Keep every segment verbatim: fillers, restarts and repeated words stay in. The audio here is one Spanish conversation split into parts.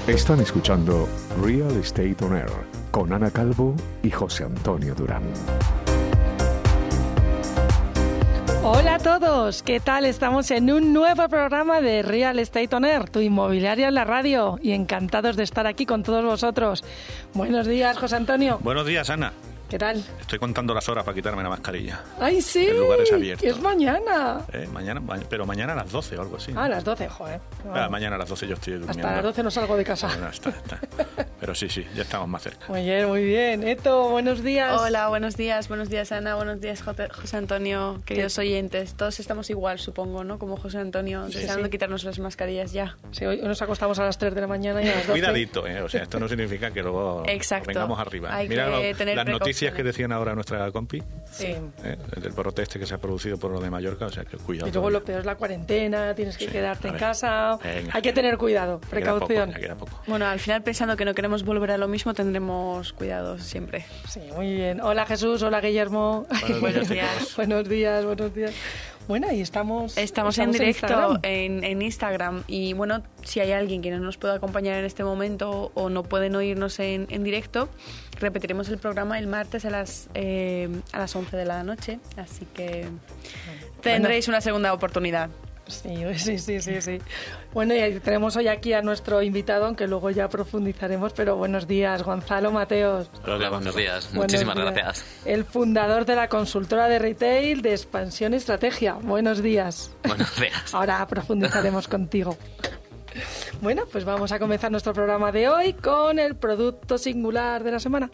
Están escuchando Real Estate On Air con Ana Calvo y José Antonio Durán. Hola a todos, ¿qué tal? Estamos en un nuevo programa de Real Estate On Air, tu inmobiliaria en la radio, y encantados de estar aquí con todos vosotros. Buenos días, José Antonio. Buenos días, Ana. ¿Qué tal? Estoy contando las horas para quitarme la mascarilla. ¡Ay, sí! En lugares abiertos. Es mañana. Eh, mañana, pero mañana a las doce o algo así. Ah, a las doce, joder. Ah, mañana a las doce yo estoy durmiendo. Hasta las doce no salgo de casa. Bueno, está, está. Pero sí, sí, ya estamos más cerca. Muy bien, muy bien. Eto, buenos días. Hola, buenos días. Buenos días, Ana. Buenos días, José Antonio. Queridos oyentes. Todos estamos igual, supongo, ¿no? Como José Antonio, sí, deseando sí. quitarnos las mascarillas ya. Sí, hoy nos acostamos a las tres de la mañana y a las doce. Cuidadito, ¿eh? O sea, esto no significa que luego Exacto. vengamos arriba. Hay Mira que lo, tener las noticias precauciones. que decían ahora nuestra compi. Sí. ¿eh? Del brote este que se ha producido por lo de Mallorca, o sea, que cuidado. Y luego todavía. lo peor es la cuarentena, tienes que Sí, quedarte a en ver. casa. Venga. Hay que tener cuidado, Ya queda poco, precaución. ya queda poco. Bueno, al final, pensando que no queremos volver a lo mismo, tendremos cuidado siempre. Sí, muy bien. Hola Jesús, hola Guillermo. Buenos Buenos días. días. buenos días, buenos días. Bueno, y estamos... Estamos, en directo Instagram. en, en Instagram y bueno, si hay alguien que no nos pueda acompañar en este momento o no pueden oírnos en, en directo, repetiremos el programa el martes a las eh, a las once de la noche, así que tendréis una segunda oportunidad. Sí, sí, sí, sí, sí. Bueno, y tenemos hoy aquí a nuestro invitado, aunque luego ya profundizaremos, pero buenos días, Gonzalo Mateos. Hola, buenos días. Buenos Muchísimas días. gracias. El fundador de la consultora de retail de Expansión y Estrategia. Buenos días. Buenos días. Ahora profundizaremos contigo. Bueno, pues vamos a comenzar nuestro programa de hoy con el producto singular de la semana.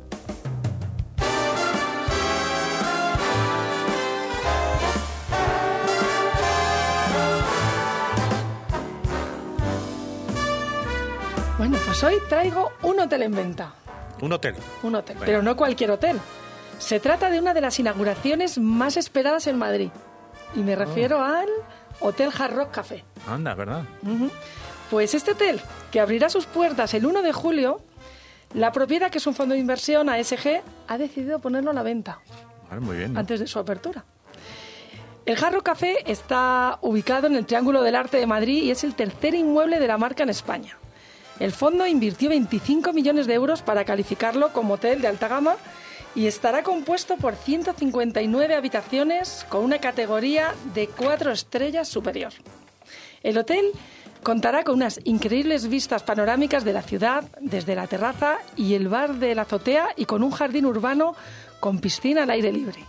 Bueno, pues hoy traigo un hotel en venta. Un hotel. Un hotel, Bueno. pero no cualquier hotel. Se trata de una de las inauguraciones más esperadas en Madrid. Y me refiero al Hotel Hard Rock Café. Anda, ¿verdad? Ujú. Pues este hotel, que abrirá sus puertas el uno de julio, la propiedad, que es un fondo de inversión, A S G, ha decidido ponerlo a la venta Vale, muy bien. ¿no? antes de su apertura. El Hard Rock Café está ubicado en el Triángulo del Arte de Madrid y es el tercer inmueble de la marca en España. El fondo invirtió veinticinco millones de euros para calificarlo como hotel de alta gama y estará compuesto por ciento cincuenta y nueve habitaciones con una categoría de cuatro estrellas superior. El hotel contará con unas increíbles vistas panorámicas de la ciudad desde la terraza y el bar de la azotea y con un jardín urbano con piscina al aire libre.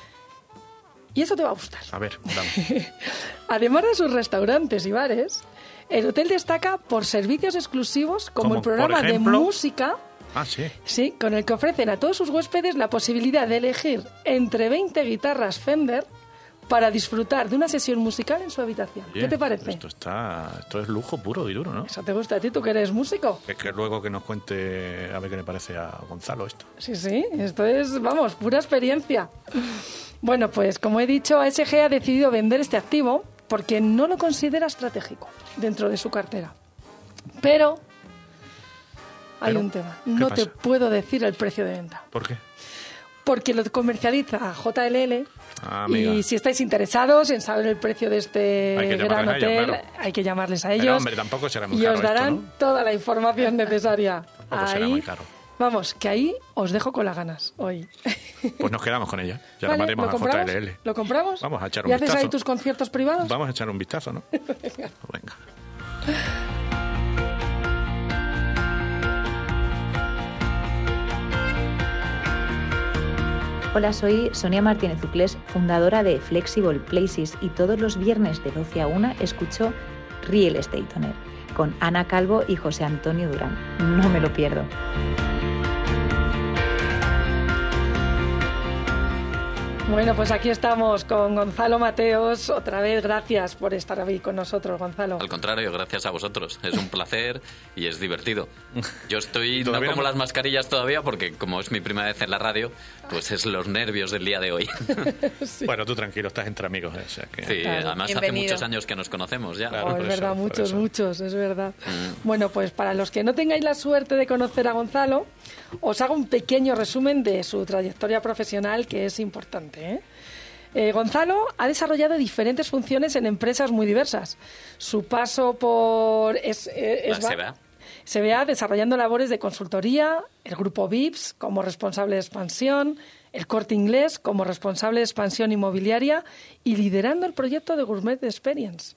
Y eso te va a gustar. A ver, dame. Además de sus restaurantes y bares, el hotel destaca por servicios exclusivos como Como, el programa por ejemplo, de música, Ah, sí. sí, con el que ofrecen a todos sus huéspedes la posibilidad de elegir entre veinte guitarras Fender para disfrutar de una sesión musical en su habitación. Oye, ¿Qué te parece? Esto está, esto es lujo puro y duro, ¿no? ¿Eso te gusta a ti? ¿Tú que eres músico? Es que luego que nos cuente a ver qué le parece a Gonzalo esto. Sí, sí, esto es, vamos, pura experiencia. Bueno, pues como he dicho, A S G ha decidido vender este activo porque no lo considera estratégico dentro de su cartera. Pero hay ¿Pero? un tema. ¿Qué No te pasa? puedo decir el precio de venta. ¿Por qué? Porque lo comercializa J L L. Ah, amiga. Y si estáis interesados en saber el precio de este Hay que gran llamarles a hotel, ellos, claro. hay que llamarles a Pero, ellos. hombre, tampoco será muy y caro os esto, darán ¿no? toda la información necesaria. Tampoco será muy caro. Vamos, que ahí os dejo con las ganas hoy. Pues nos quedamos con ella. Ya Vale, llamaremos ¿lo a compramos? J L L. ¿Lo compramos? Vamos a echar ¿Y un haces vistazo. ahí tus conciertos privados? Vamos a echar un vistazo, ¿no? Venga. Venga. Hola, soy Sonia Martínez Uclés, fundadora de Flexible Places, y todos los viernes de doce a una escucho Real Estate On Air con Ana Calvo y José Antonio Durán. No me lo pierdo. Bueno, pues aquí estamos con Gonzalo Mateos. Otra vez, gracias por estar aquí con nosotros, Gonzalo. Al contrario, gracias a vosotros. Es un placer y es divertido. Yo estoy no Todavía como no- las mascarillas todavía porque como es mi primera vez en la radio, pues es los nervios del día de hoy. Bueno, tú tranquilo, estás entre amigos. ¿eh? O sea que... Sí, Claro. además hace Bienvenido. muchos años que nos conocemos ya. Claro. Oh, por es eso, verdad, por muchos, eso. muchos, es verdad. Mm. Bueno, pues para los que no tengáis la suerte de conocer a Gonzalo, os hago un pequeño resumen de su trayectoria profesional, que es importante, ¿eh? Eh, Gonzalo ha desarrollado diferentes funciones en empresas muy diversas. Su paso por es, eh, La Esba- S B A. S B A desarrollando labores de consultoría, el grupo Vips como responsable de expansión, el Corte Inglés como responsable de expansión inmobiliaria y liderando el proyecto de Gourmet Experience.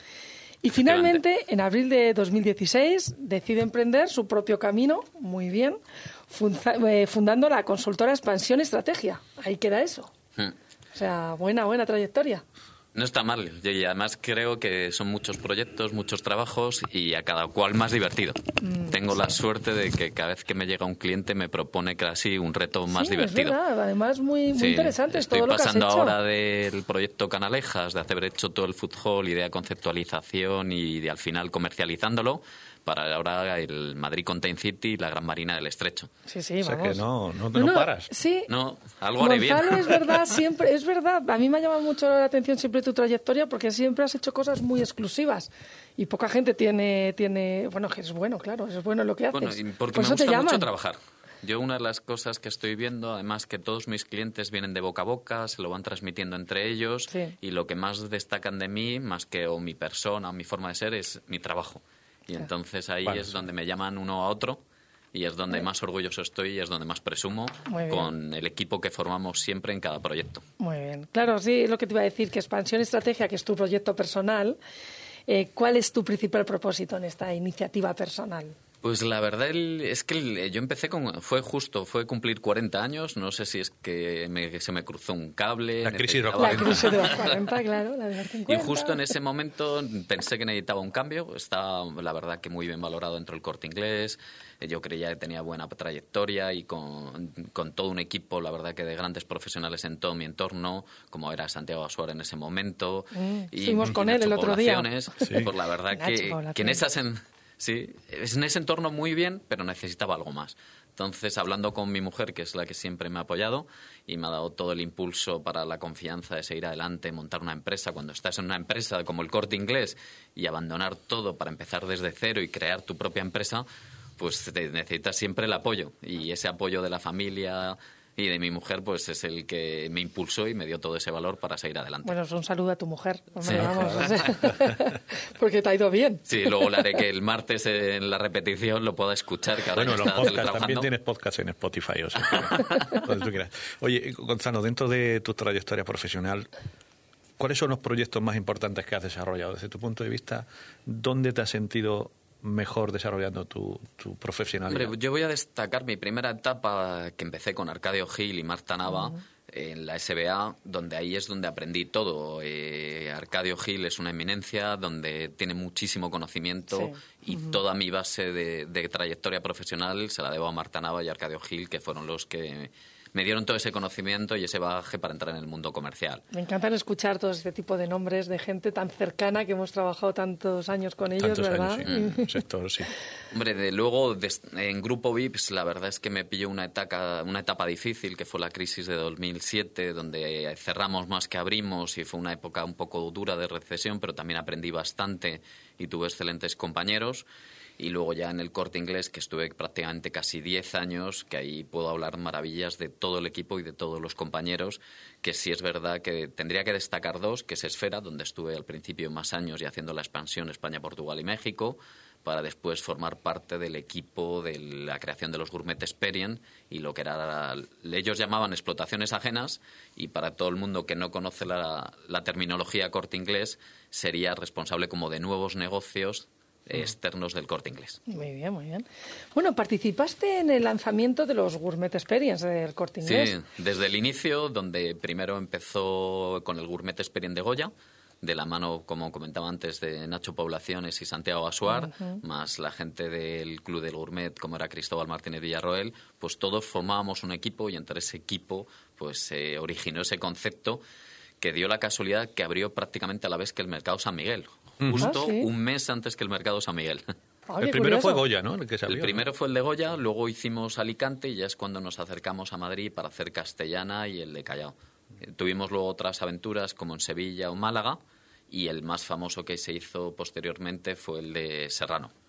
Y finalmente, en abril de dos mil dieciséis, decide emprender su propio camino, muy bien, funda, eh, fundando la consultora Expansión Estrategia. Ahí queda eso. Hmm. O sea, buena, buena trayectoria. No está mal. Y además creo que son muchos proyectos, muchos trabajos y a cada cual más divertido. Mm, Tengo sí. la suerte de que cada vez que me llega un cliente me propone casi un reto más sí, divertido. Es verdad. Además, muy, muy sí, interesante estoy todo lo que has hecho. pasando ahora del proyecto Canalejas, de haber hecho todo el football, idea de conceptualización y de al final comercializándolo, para ahora el Madrid Content City y la Gran Marina del Estrecho. Sí, sí, o sea vamos. que no, no, no, no, no paras. Sí. No, algo haré bien. Gonzalo, es verdad, siempre, es verdad. A mí me ha llamado mucho la atención siempre tu trayectoria porque siempre has hecho cosas muy exclusivas y poca gente tiene, tiene bueno, que es bueno, claro, es bueno lo que haces. Bueno, y porque Por me eso te gusta mucho llaman. trabajar. Yo una de las cosas que estoy viendo, además que todos mis clientes vienen de boca a boca, se lo van transmitiendo entre ellos Sí. y lo que más destacan de mí, más que o mi persona o mi forma de ser, es mi trabajo. Y Claro. entonces ahí Vale, es sí. donde me llaman uno a otro y es donde más orgulloso estoy y es donde más presumo Muy bien. con el equipo que formamos siempre en cada proyecto. Muy bien. Claro, sí, es lo que te iba a decir, que Expansión Estrategia, que es tu proyecto personal, eh, ¿cuál es tu principal propósito en esta iniciativa personal? Pues la verdad el- es que el- yo empecé con... Fue justo, fue cumplir cuarenta años. No sé si es que me- se me cruzó un cable. La crisis de los necesitaba- La crisis de los cuarenta, claro, la de los Y cincuenta. justo en ese momento pensé que necesitaba un cambio. Estaba, la verdad, que muy bien valorado dentro del Corte Inglés. Eh, Yo creía que tenía buena trayectoria y con, con todo un equipo, la verdad, que de grandes profesionales en todo mi entorno, como era Santiago Asuar en ese momento. Mm, y, estuvimos y con él Nacho el otro día. Poblaciones. Sí. Pues la verdad Nacho que, que en Poblaciones. esas... En, sí, es en ese entorno muy bien, pero necesitaba algo más. Entonces, hablando con mi mujer, que es la que siempre me ha apoyado y me ha dado todo el impulso para la confianza de seguir adelante, montar una empresa, cuando estás en una empresa como el Corte Inglés y abandonar todo para empezar desde cero y crear tu propia empresa, pues te necesitas siempre el apoyo. Y ese apoyo de la familia y de mi mujer, pues es el que me impulsó y me dio todo ese valor para seguir adelante. Bueno, es un saludo a tu mujer. Hombre, Sí. vamos, o sea, porque te ha ido bien. Sí, luego le haré que el martes en la repetición lo pueda escuchar, que ahora Bueno, ya los está podcasts, teletrabajando. también tienes podcast en Spotify, o sea, que, donde tú quieras. Oye, Gonzalo, dentro de tu trayectoria profesional, ¿cuáles son los proyectos más importantes que has desarrollado? Desde tu punto de vista, ¿dónde te has sentido mejor desarrollando tu, tu profesionalidad? Hombre, yo voy a destacar mi primera etapa que empecé con Arcadio Gil y Marta Nava uh-huh. en la S B A, donde ahí es donde aprendí todo. Eh, Arcadio Gil es una eminencia donde tiene muchísimo conocimiento sí. y uh-huh. toda mi base de, de trayectoria profesional se la debo a Marta Nava y Arcadio Gil, que fueron los que me dieron todo ese conocimiento y ese bagaje para entrar en el mundo comercial. Me encantan escuchar todo este tipo de nombres de gente tan cercana que hemos trabajado tantos años con ellos, tantos ¿verdad? Años, sí. Sector, sí. Hombre, de luego de, en Grupo Vips la verdad es que me pilló una etapa, una etapa difícil, que fue la crisis de dos mil siete, donde cerramos más que abrimos y fue una época un poco dura de recesión, pero también aprendí bastante y tuve excelentes compañeros. Y luego ya en el Corte Inglés, que estuve prácticamente casi diez años, que ahí puedo hablar maravillas de todo el equipo y de todos los compañeros, que sí es verdad que tendría que destacar dos, que es Esfera, donde estuve al principio más años y haciendo la expansión España, Portugal y México, para después formar parte del equipo de la creación de los Gourmet Experience y lo que era, ellos llamaban explotaciones ajenas, y para todo el mundo que no conoce la, la terminología Corte Inglés, sería responsable como de nuevos negocios externos del Corte Inglés. Muy bien, muy bien. Bueno, participaste en el lanzamiento de los Gourmet Experience del Corte Inglés. Sí, desde el inicio, donde primero empezó con el Gourmet Experience de Goya, de la mano, como comentaba antes, de Nacho Poblaciones y Santiago Asuar, uh-huh. más la gente del Club del Gourmet, como era Cristóbal Martínez Villarroel, pues todos formábamos un equipo y entre ese equipo pues se eh, originó ese concepto que dio la casualidad que abrió prácticamente a la vez que el Mercado San Miguel. Justo ah, ¿sí? un mes antes que el Mercado San Miguel. Ah, el primero curioso. fue Goya, ¿no? El, que se abrió, el primero ¿no? fue el de Goya, luego hicimos Alicante y ya es cuando nos acercamos a Madrid para hacer Castellana y el de Callao. Eh, tuvimos luego otras aventuras como en Sevilla o Málaga y el más famoso que se hizo posteriormente fue el de Serrano.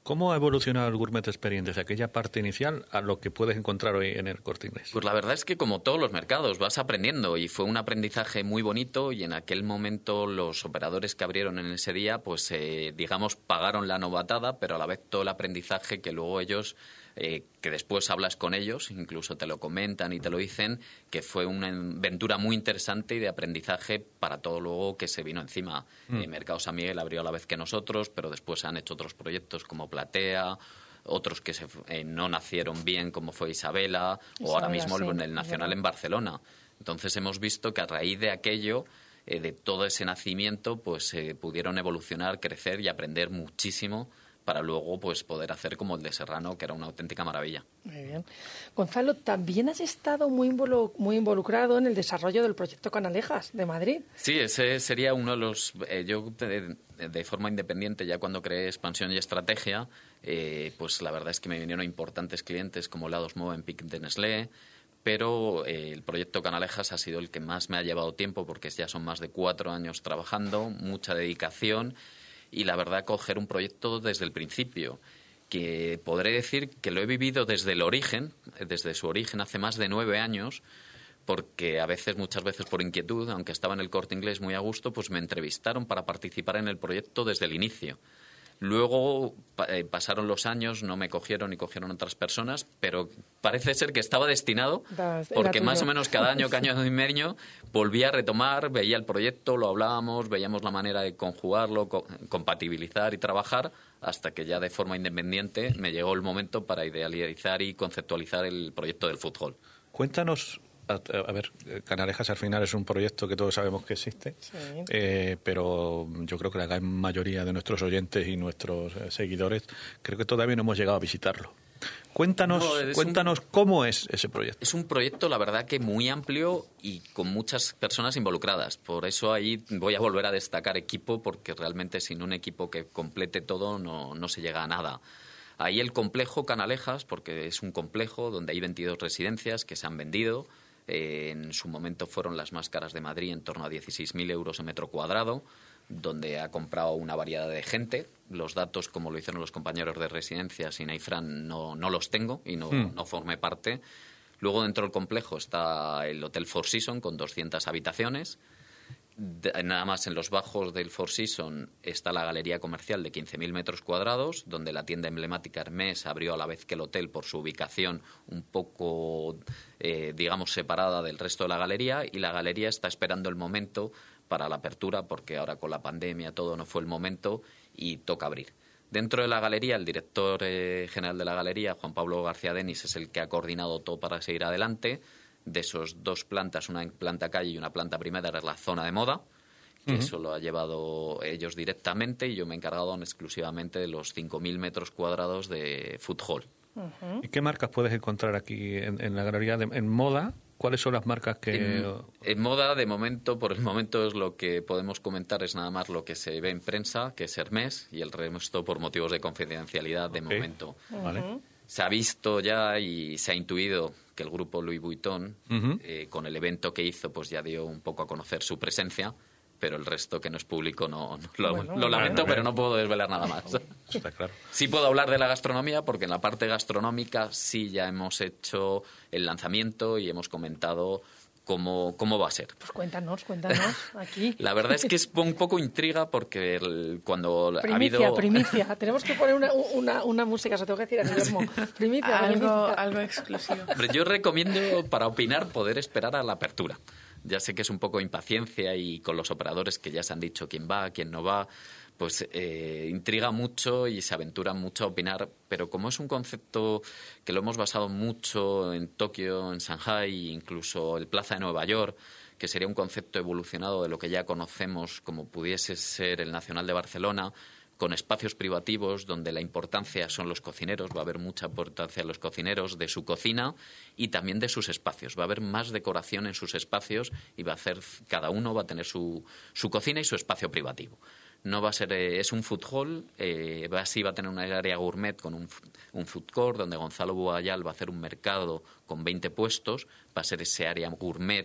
¿Cómo ha evolucionado el Gourmet Experience desde aquella parte inicial a lo que puedes encontrar hoy en el Corte Inglés? Pues la verdad es que como todos los mercados vas aprendiendo y fue un aprendizaje muy bonito y en aquel momento los operadores que abrieron en ese día pues eh, digamos pagaron la novatada, pero a la vez todo el aprendizaje que luego ellos eh, que después hablas con ellos, incluso te lo comentan y te lo dicen, que fue una aventura muy interesante y de aprendizaje para todo luego que se vino encima. Mm. Eh, Mercado San Miguel abrió a la vez que nosotros, pero después han hecho otros proyectos como Platea, otros que se, eh, no nacieron bien como fue Isabela, Isabela o ahora mismo sí, el, el Nacional en Barcelona. Entonces hemos visto que a raíz de aquello, eh, de todo ese nacimiento, pues eh, pudieron evolucionar, crecer y aprender muchísimo para luego pues poder hacer como el de Serrano, que era una auténtica maravilla. Muy bien. Gonzalo, también has estado muy, involu- muy involucrado en el desarrollo del proyecto Canalejas de Madrid. Sí, ese sería uno de los... Eh, yo, de, de forma independiente, ya cuando creé Expansión y Estrategia, eh, pues la verdad es que me vinieron importantes clientes como Lados Movenpick de Nestlé, pero eh, el proyecto Canalejas ha sido el que más me ha llevado tiempo, porque ya son más de cuatro años trabajando, mucha dedicación, y la verdad coger un proyecto desde el principio, que podré decir que lo he vivido desde el origen, desde su origen hace más de nueve años, porque a veces, muchas veces por inquietud, aunque estaba en el Corte Inglés muy a gusto, pues me entrevistaron para participar en el proyecto desde el inicio. Luego eh, pasaron los años, no me cogieron y cogieron otras personas, pero parece ser que estaba destinado, porque más o menos cada año, cada año y medio, volvía a retomar, veía el proyecto, lo hablábamos, veíamos la manera de conjugarlo, co- compatibilizar y trabajar, hasta que ya de forma independiente me llegó el momento para idealizar y conceptualizar el proyecto del Food Hall. Cuéntanos. A, a ver, Canalejas al final es un proyecto que todos sabemos que existe, sí. eh, pero yo creo que la gran mayoría de nuestros oyentes y nuestros eh, seguidores creo que todavía no hemos llegado a visitarlo. Cuéntanos, no, cuéntanos un, cómo es ese proyecto. Es un proyecto, la verdad, que muy amplio y con muchas personas involucradas. Por eso ahí voy a volver a destacar equipo, porque realmente sin un equipo que complete todo no, no se llega a nada. Ahí el complejo Canalejas, porque es un complejo donde hay veintidós residencias que se han vendido. Eh, en su momento fueron las más caras de Madrid, en torno a dieciséis mil euros en metro cuadrado, donde ha comprado una variedad de gente. Los datos, como lo hicieron los compañeros de residencias y Naifran, no, no los tengo y no, hmm. no formé parte. Luego, dentro del complejo está el Hotel Four Seasons con doscientas habitaciones. De, nada más en los bajos del Four Seasons está la galería comercial de quince mil metros cuadrados, donde la tienda emblemática Hermès abrió a la vez que el hotel por su ubicación un poco, eh, digamos, separada del resto de la galería, y la galería está esperando el momento para la apertura, porque ahora con la pandemia todo no fue el momento y toca abrir. Dentro de la galería, el director eh, general de la galería, Juan Pablo García Denis, es el que ha coordinado todo para seguir adelante. De esos dos plantas, una planta calle y una planta primera, es la zona de moda, que uh-huh. eso lo ha llevado ellos directamente, y yo me he encargado exclusivamente de los cinco mil metros cuadrados de Food Hall. Uh-huh. ¿Y qué marcas puedes encontrar aquí en, en la galería? De, en moda, ¿cuáles son las marcas que...? En, en moda, de momento, por el momento es lo que podemos comentar, es nada más lo que se ve en prensa, que es Hermès, y el resto por motivos de confidencialidad de okay. momento. Uh-huh. Vale. Se ha visto ya y se ha intuido que el grupo Louis Vuitton, uh-huh. eh, con el evento que hizo, pues ya dio un poco a conocer su presencia, pero el resto que no es público no, no lo, bueno, lo lamento, bueno, pero no puedo desvelar nada más. Está claro. Sí puedo hablar de la gastronomía, porque en la parte gastronómica sí ya hemos hecho el lanzamiento y hemos comentado cómo, cómo va a ser. Pues cuéntanos, cuéntanos, aquí. La verdad es que es un poco intriga, porque el, cuando primicia, ha habido... Primicia, tenemos que poner una, una, una música, se tengo que decir a Guillermo. Primicia, algo, primicia. algo exclusivo. Pero yo recomiendo, para opinar, poder esperar a la apertura. Ya sé que es un poco impaciencia, y con los operadores que ya se han dicho quién va, quién no va, pues eh, intriga mucho y se aventura mucho a opinar, pero como es un concepto que lo hemos basado mucho en Tokio, en Shanghai, incluso el Plaza de Nueva York, que sería un concepto evolucionado de lo que ya conocemos como pudiese ser el Nacional de Barcelona, con espacios privativos donde la importancia son los cocineros, va a haber mucha importancia en los cocineros, de su cocina y también de sus espacios. Va a haber más decoración en sus espacios y va a hacer, cada uno va a tener su, su cocina y su espacio privativo. No va a ser, eh, es un food hall, eh, va, sí va a tener una área gourmet con un, un food court, donde Gonzalo Boayal va a hacer un mercado con veinte puestos, va a ser ese área gourmet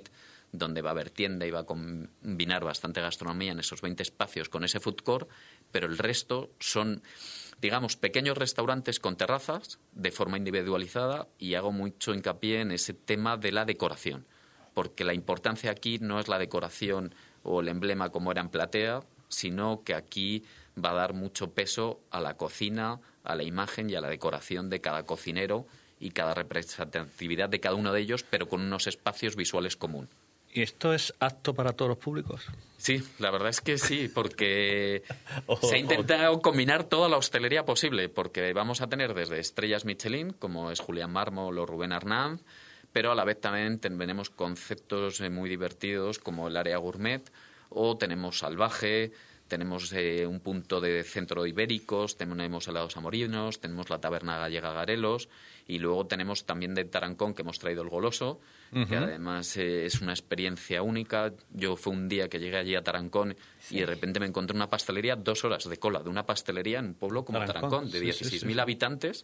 donde va a haber tienda y va a combinar bastante gastronomía en esos veinte espacios con ese food court, pero el resto son, digamos, pequeños restaurantes con terrazas de forma individualizada, y hago mucho hincapié en ese tema de la decoración, porque la importancia aquí no es la decoración o el emblema como era en Platea, sino que aquí va a dar mucho peso a la cocina, a la imagen y a la decoración de cada cocinero y cada representatividad de cada uno de ellos, pero con unos espacios visuales comunes. ¿Y esto es apto para todos los públicos? Sí, la verdad es que sí, porque Oh, se ha intentado combinar toda la hostelería posible, porque vamos a tener desde estrellas Michelin, como es Julián Mármol o Rubén Arnaz, pero a la vez también tenemos conceptos eh, muy divertidos como el área gourmet, o tenemos salvaje, tenemos eh, un punto de centro ibéricos, tenemos helados amorinos, tenemos la taberna gallega Garelos, y luego tenemos también de Tarancón, que hemos traído el Goloso, uh-huh. que además eh, es una experiencia única. Yo fue un día que llegué allí a Tarancón sí. y de repente me encontré una pastelería, dos horas de cola de una pastelería en un pueblo como Tarancón, Tarancón de dieciséis mil sí, sí, sí. habitantes,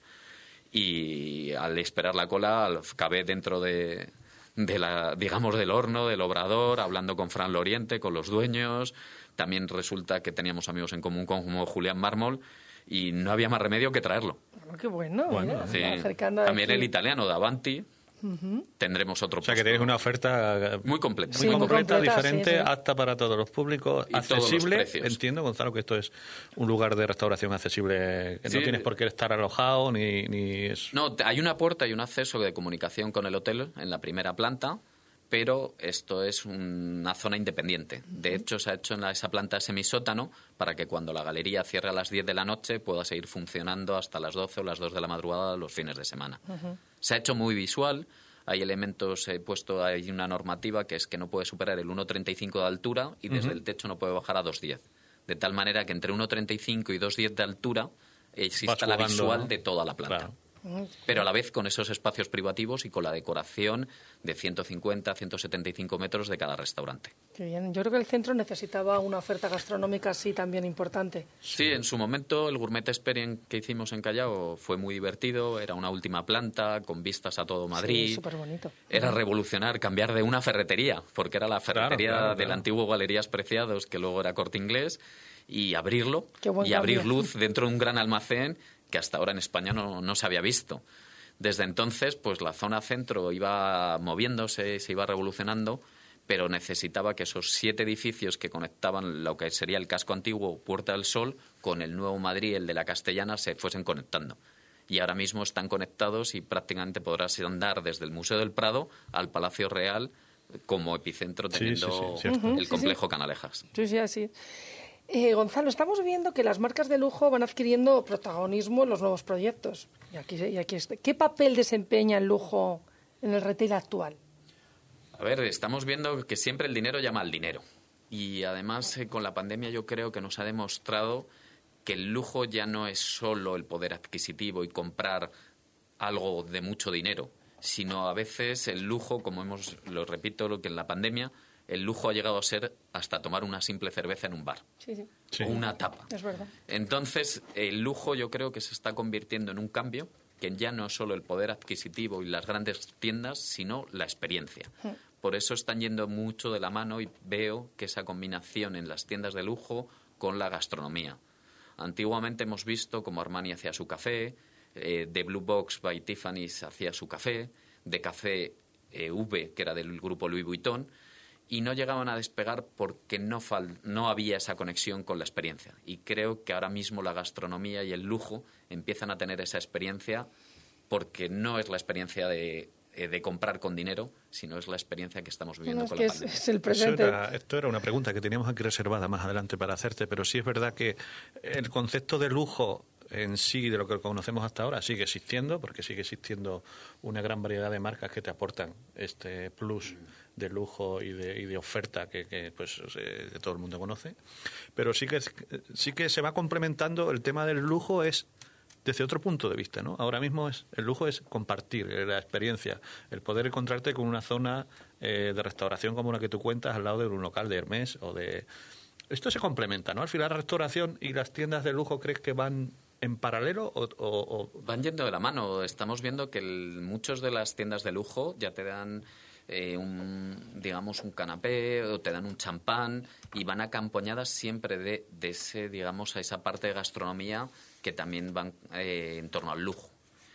y al esperar la cola acabé dentro de... de la, digamos, del horno, del obrador, hablando con Fran Loriente, con los dueños. También resulta que teníamos amigos en común como Julián Mármol, y no había más remedio que traerlo. Bueno, qué bueno. bueno mira, sí. aquí. También el italiano de Avanti. Uh-huh. Tendremos otro. O sea, que tenéis una oferta muy completa, muy, sí, completa, muy completa, diferente, sí, sí. apta para todos los públicos, y accesible. Todos los Entiendo, Gonzalo, que esto es un lugar de restauración accesible, que sí. no tienes por qué estar alojado ni, ni es... No, hay una puerta y un acceso de comunicación con el hotel en la primera planta, pero esto es una zona independiente. De hecho, se ha hecho en esa planta semisótano para que cuando la galería cierre a las diez de la noche pueda seguir funcionando hasta las doce o las dos de la madrugada los fines de semana. Uh-huh. Se ha hecho muy visual. Hay elementos, he puesto hay una normativa que es que no puede superar el uno coma treinta y cinco de altura y desde uh-huh. el techo no puede bajar a dos coma diez. De tal manera que entre uno coma treinta y cinco y dos coma diez de altura exista la visual, ¿no?, de toda la planta. Claro. Pero a la vez con esos espacios privativos y con la decoración de ciento cincuenta a ciento setenta y cinco metros de cada restaurante. Qué bien. Yo creo que el centro necesitaba una oferta gastronómica así también importante. Sí, en su momento el Gourmet Experience que hicimos en Callao fue muy divertido. Era una última planta con vistas a todo Madrid. Sí, súper bonito. Era revolucionar, cambiar de una ferretería, porque era la ferretería claro, claro, del claro. antiguo Galerías Preciados, que luego era Corte Inglés, y abrirlo y abrir cambio. luz dentro de un gran almacén que hasta ahora en España no, no se había visto. Desde entonces, pues la zona centro iba moviéndose, se iba revolucionando, pero necesitaba que esos siete edificios que conectaban lo que sería el casco antiguo, Puerta del Sol, con el nuevo Madrid, el de la Castellana, se fuesen conectando. Y ahora mismo están conectados y prácticamente podrás andar desde el Museo del Prado al Palacio Real como epicentro, teniendo sí, sí, sí, el complejo Canalejas. Sí, sí, así. Eh, Gonzalo, estamos viendo que las marcas de lujo van adquiriendo protagonismo en los nuevos proyectos. Y aquí, y aquí está. ¿Qué papel desempeña el lujo en el retail actual? A ver, estamos viendo que siempre el dinero llama al dinero. Y además, eh, con la pandemia yo creo que nos ha demostrado que el lujo ya no es solo el poder adquisitivo y comprar algo de mucho dinero, sino a veces el lujo, como hemos, lo repito, lo que en la pandemia... el lujo ha llegado a ser hasta tomar una simple cerveza en un bar. Sí, sí. Sí. O una tapa. Es verdad. Entonces, el lujo yo creo que se está convirtiendo en un cambio que ya no es solo el poder adquisitivo y las grandes tiendas, sino la experiencia. Sí. Por eso están yendo mucho de la mano y veo que esa combinación en las tiendas de lujo con la gastronomía. Antiguamente hemos visto como Armani hacía su café, eh, The Blue Box by Tiffany's hacía su café, de Café eh, V, que era del grupo Louis Vuitton, y no llegaban a despegar porque no, fal- no había esa conexión con la experiencia. Y creo que ahora mismo la gastronomía y el lujo empiezan a tener esa experiencia porque no es la experiencia de, eh, de comprar con dinero, sino es la experiencia que estamos viviendo no, es con que la es, pandemia. es el presente. Eso era, esto era una pregunta que teníamos aquí reservada más adelante para hacerte, pero sí es verdad que el concepto de lujo en sí, de lo que conocemos hasta ahora, sigue existiendo, porque sigue existiendo una gran variedad de marcas que te aportan este plus de lujo y de, y de oferta que, que pues eh, que todo el mundo conoce, pero sí que sí que se va complementando. El tema del lujo es desde otro punto de vista, ¿no? Ahora mismo es el lujo es compartir la experiencia, el poder encontrarte con una zona eh, de restauración como la que tú cuentas al lado de un local de Hermès o de... Esto se complementa, ¿no? Al final la restauración y las tiendas de lujo, ¿crees que van en paralelo o, o, o... Van yendo de la mano. Estamos viendo que el, muchos de las tiendas de lujo ya te dan eh, un, digamos, un canapé o te dan un champán y van acompañadas siempre de, de ese, digamos, a esa parte de gastronomía que también van eh, en torno al lujo.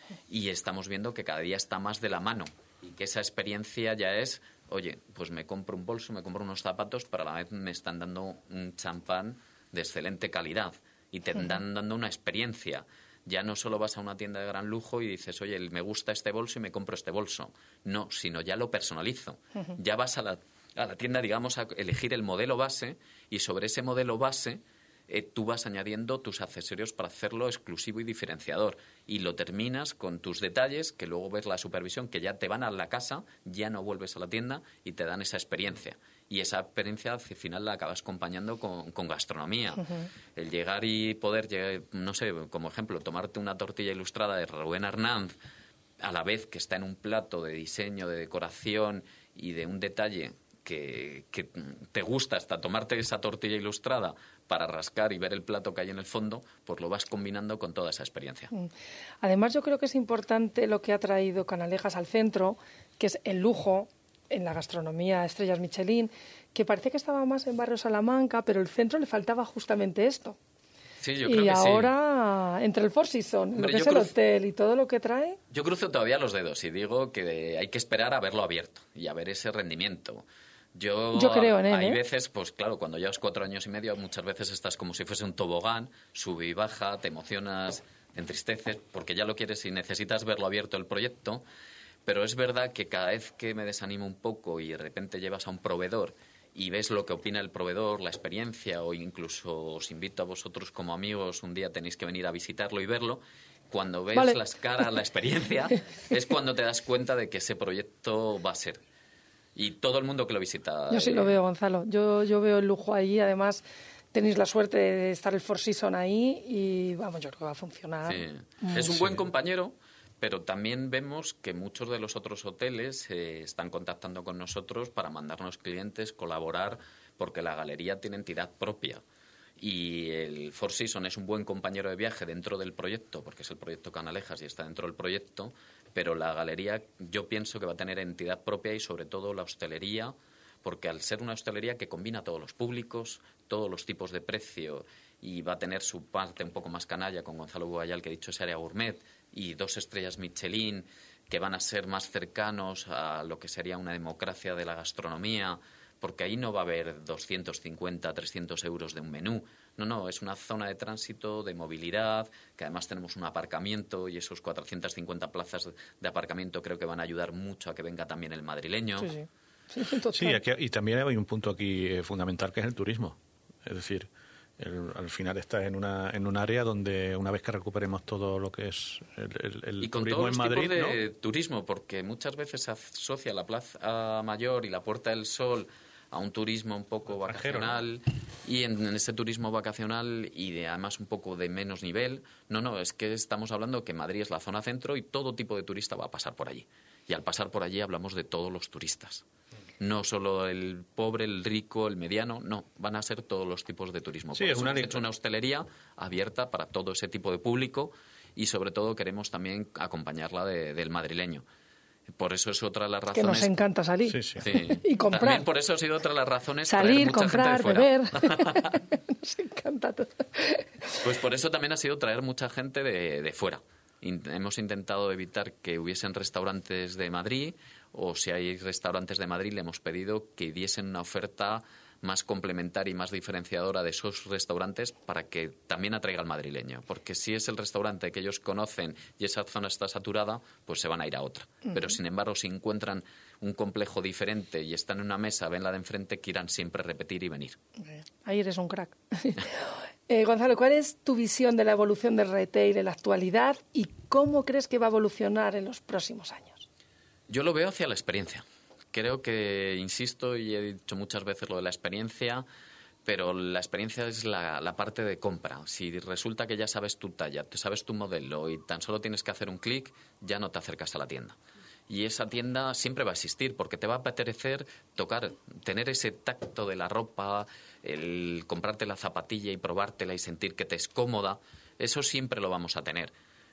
Y estamos viendo que cada día está más de la mano y que esa experiencia ya es, oye, pues me compro un bolso, me compro unos zapatos, pero a la vez me están dando un champán de excelente calidad y te están dando una experiencia. Ya no solo vas a una tienda de gran lujo y dices, oye, me gusta este bolso y me compro este bolso. No, sino ya lo personalizo. Uh-huh. Ya vas a la, a la tienda, digamos, a elegir el modelo base y sobre ese modelo base eh, tú vas añadiendo tus accesorios para hacerlo exclusivo y diferenciador. Y lo terminas con tus detalles, que luego ves la supervisión, que ya te van a la casa, ya no vuelves a la tienda y te dan esa experiencia. Y esa experiencia al final la acabas acompañando con, con gastronomía. Uh-huh. El llegar y poder, llegar, no sé, como ejemplo, tomarte una tortilla ilustrada de Rubén Arnanz, a la vez que está en un plato de diseño, de decoración y de un detalle que, que te gusta hasta tomarte esa tortilla ilustrada para rascar y ver el plato que hay en el fondo, pues lo vas combinando con toda esa experiencia. Además, yo creo que es importante lo que ha traído Canalejas al centro, que es el lujo en la gastronomía estrellas Michelin, que parece que estaba más en Barrio Salamanca, pero el centro le faltaba justamente esto. Sí, yo creo y que ahora, sí. Entre el Four Seasons, lo que es el cruzo, hotel y todo lo que trae... Yo cruzo todavía los dedos y digo que hay que esperar a verlo abierto y a ver ese rendimiento. Yo, Yo creo en él, Hay ¿eh? veces, pues claro, cuando llevas cuatro años y medio, muchas veces estás como si fuese un tobogán, sube y baja, te emocionas, te entristeces, porque ya lo quieres y necesitas verlo abierto el proyecto. Pero es verdad que cada vez que me desanimo un poco y de repente llevas a un proveedor y ves lo que opina el proveedor, la experiencia, o incluso os invito a vosotros como amigos, un día tenéis que venir a visitarlo y verlo, cuando ves vale. las caras, la experiencia, es cuando te das cuenta de que ese proyecto va a ser. Y todo el mundo que lo visita... Yo sí eh... lo veo, Gonzalo. Yo, yo veo el lujo allí, además... Tenéis la suerte de estar el Four Seasons ahí y, vamos, yo creo que va a funcionar. Sí. Es un buen compañero... Pero también vemos que muchos de los otros hoteles eh, están contactando con nosotros para mandarnos clientes, colaborar, porque la galería tiene entidad propia. Y el Four Seasons es un buen compañero de viaje dentro del proyecto, porque es el proyecto Canalejas y está dentro del proyecto, pero la galería yo pienso que va a tener entidad propia y sobre todo la hostelería, porque al ser una hostelería que combina todos los públicos, todos los tipos de precio, y va a tener su parte un poco más canalla con Gonzalo Bubayal, que he dicho es área gourmet, y dos estrellas Michelin que van a ser más cercanos a lo que sería una democracia de la gastronomía, porque ahí no va a haber doscientos cincuenta, trescientos euros de un menú. No, no, es una zona de tránsito, de movilidad, que además tenemos un aparcamiento y esos cuatrocientas cincuenta plazas de aparcamiento creo que van a ayudar mucho a que venga también el madrileño. Sí, sí. Sí, sí aquí, y también hay un punto aquí eh, fundamental que es el turismo. Es decir, el, al final estás en una en un área donde una vez que recuperemos todo lo que es el, el, el y con turismo todos los en Madrid, tipos de ¿no? turismo, porque muchas veces se asocia la Plaza Mayor y la Puerta del Sol a un turismo un poco vacacional, ¿no? Y en, en ese turismo vacacional y de, además un poco de menos nivel. No, no, es que estamos hablando que Madrid es la zona centro y todo tipo de turista va a pasar por allí. Y al pasar por allí hablamos de todos los turistas. No solo el pobre, el rico, el mediano, no, van a ser todos los tipos de turismo. Sí, por es eso una... hemos hecho una hostelería abierta para todo ese tipo de público y sobre todo queremos también acompañarla de, del madrileño. Por eso es otra de las razones... Que nos encanta salir sí, sí. Sí. y comprar. También por eso ha sido otra de las razones salir, traer mucha comprar, gente de fuera. beber. Nos encanta todo. Pues por eso también ha sido traer mucha gente de, de fuera. In- hemos intentado evitar que hubiesen restaurantes de Madrid, o si hay restaurantes de Madrid le hemos pedido que diesen una oferta más complementaria y más diferenciadora de esos restaurantes para que también atraiga al madrileño. Porque si es el restaurante que ellos conocen y esa zona está saturada, pues se van a ir a otra. Uh-huh. Pero sin embargo, si encuentran un complejo diferente y están en una mesa, ven la de enfrente, quieran siempre repetir y venir. Ahí eres un crack. eh, Gonzalo, ¿cuál es tu visión de la evolución del retail en la actualidad y cómo crees que va a evolucionar en los próximos años? Yo lo veo hacia la experiencia. Creo que, insisto, y he dicho muchas veces lo de la experiencia, pero la experiencia es la, la parte de compra. Si resulta que ya sabes tu talla, sabes tu modelo y tan solo tienes que hacer un clic, ya no te acercas a la tienda. Y esa tienda siempre va a existir porque te va a apetecer tocar, tener ese tacto de la ropa, el comprarte la zapatilla y probártela y sentir que te es cómoda. Eso siempre lo vamos a tener.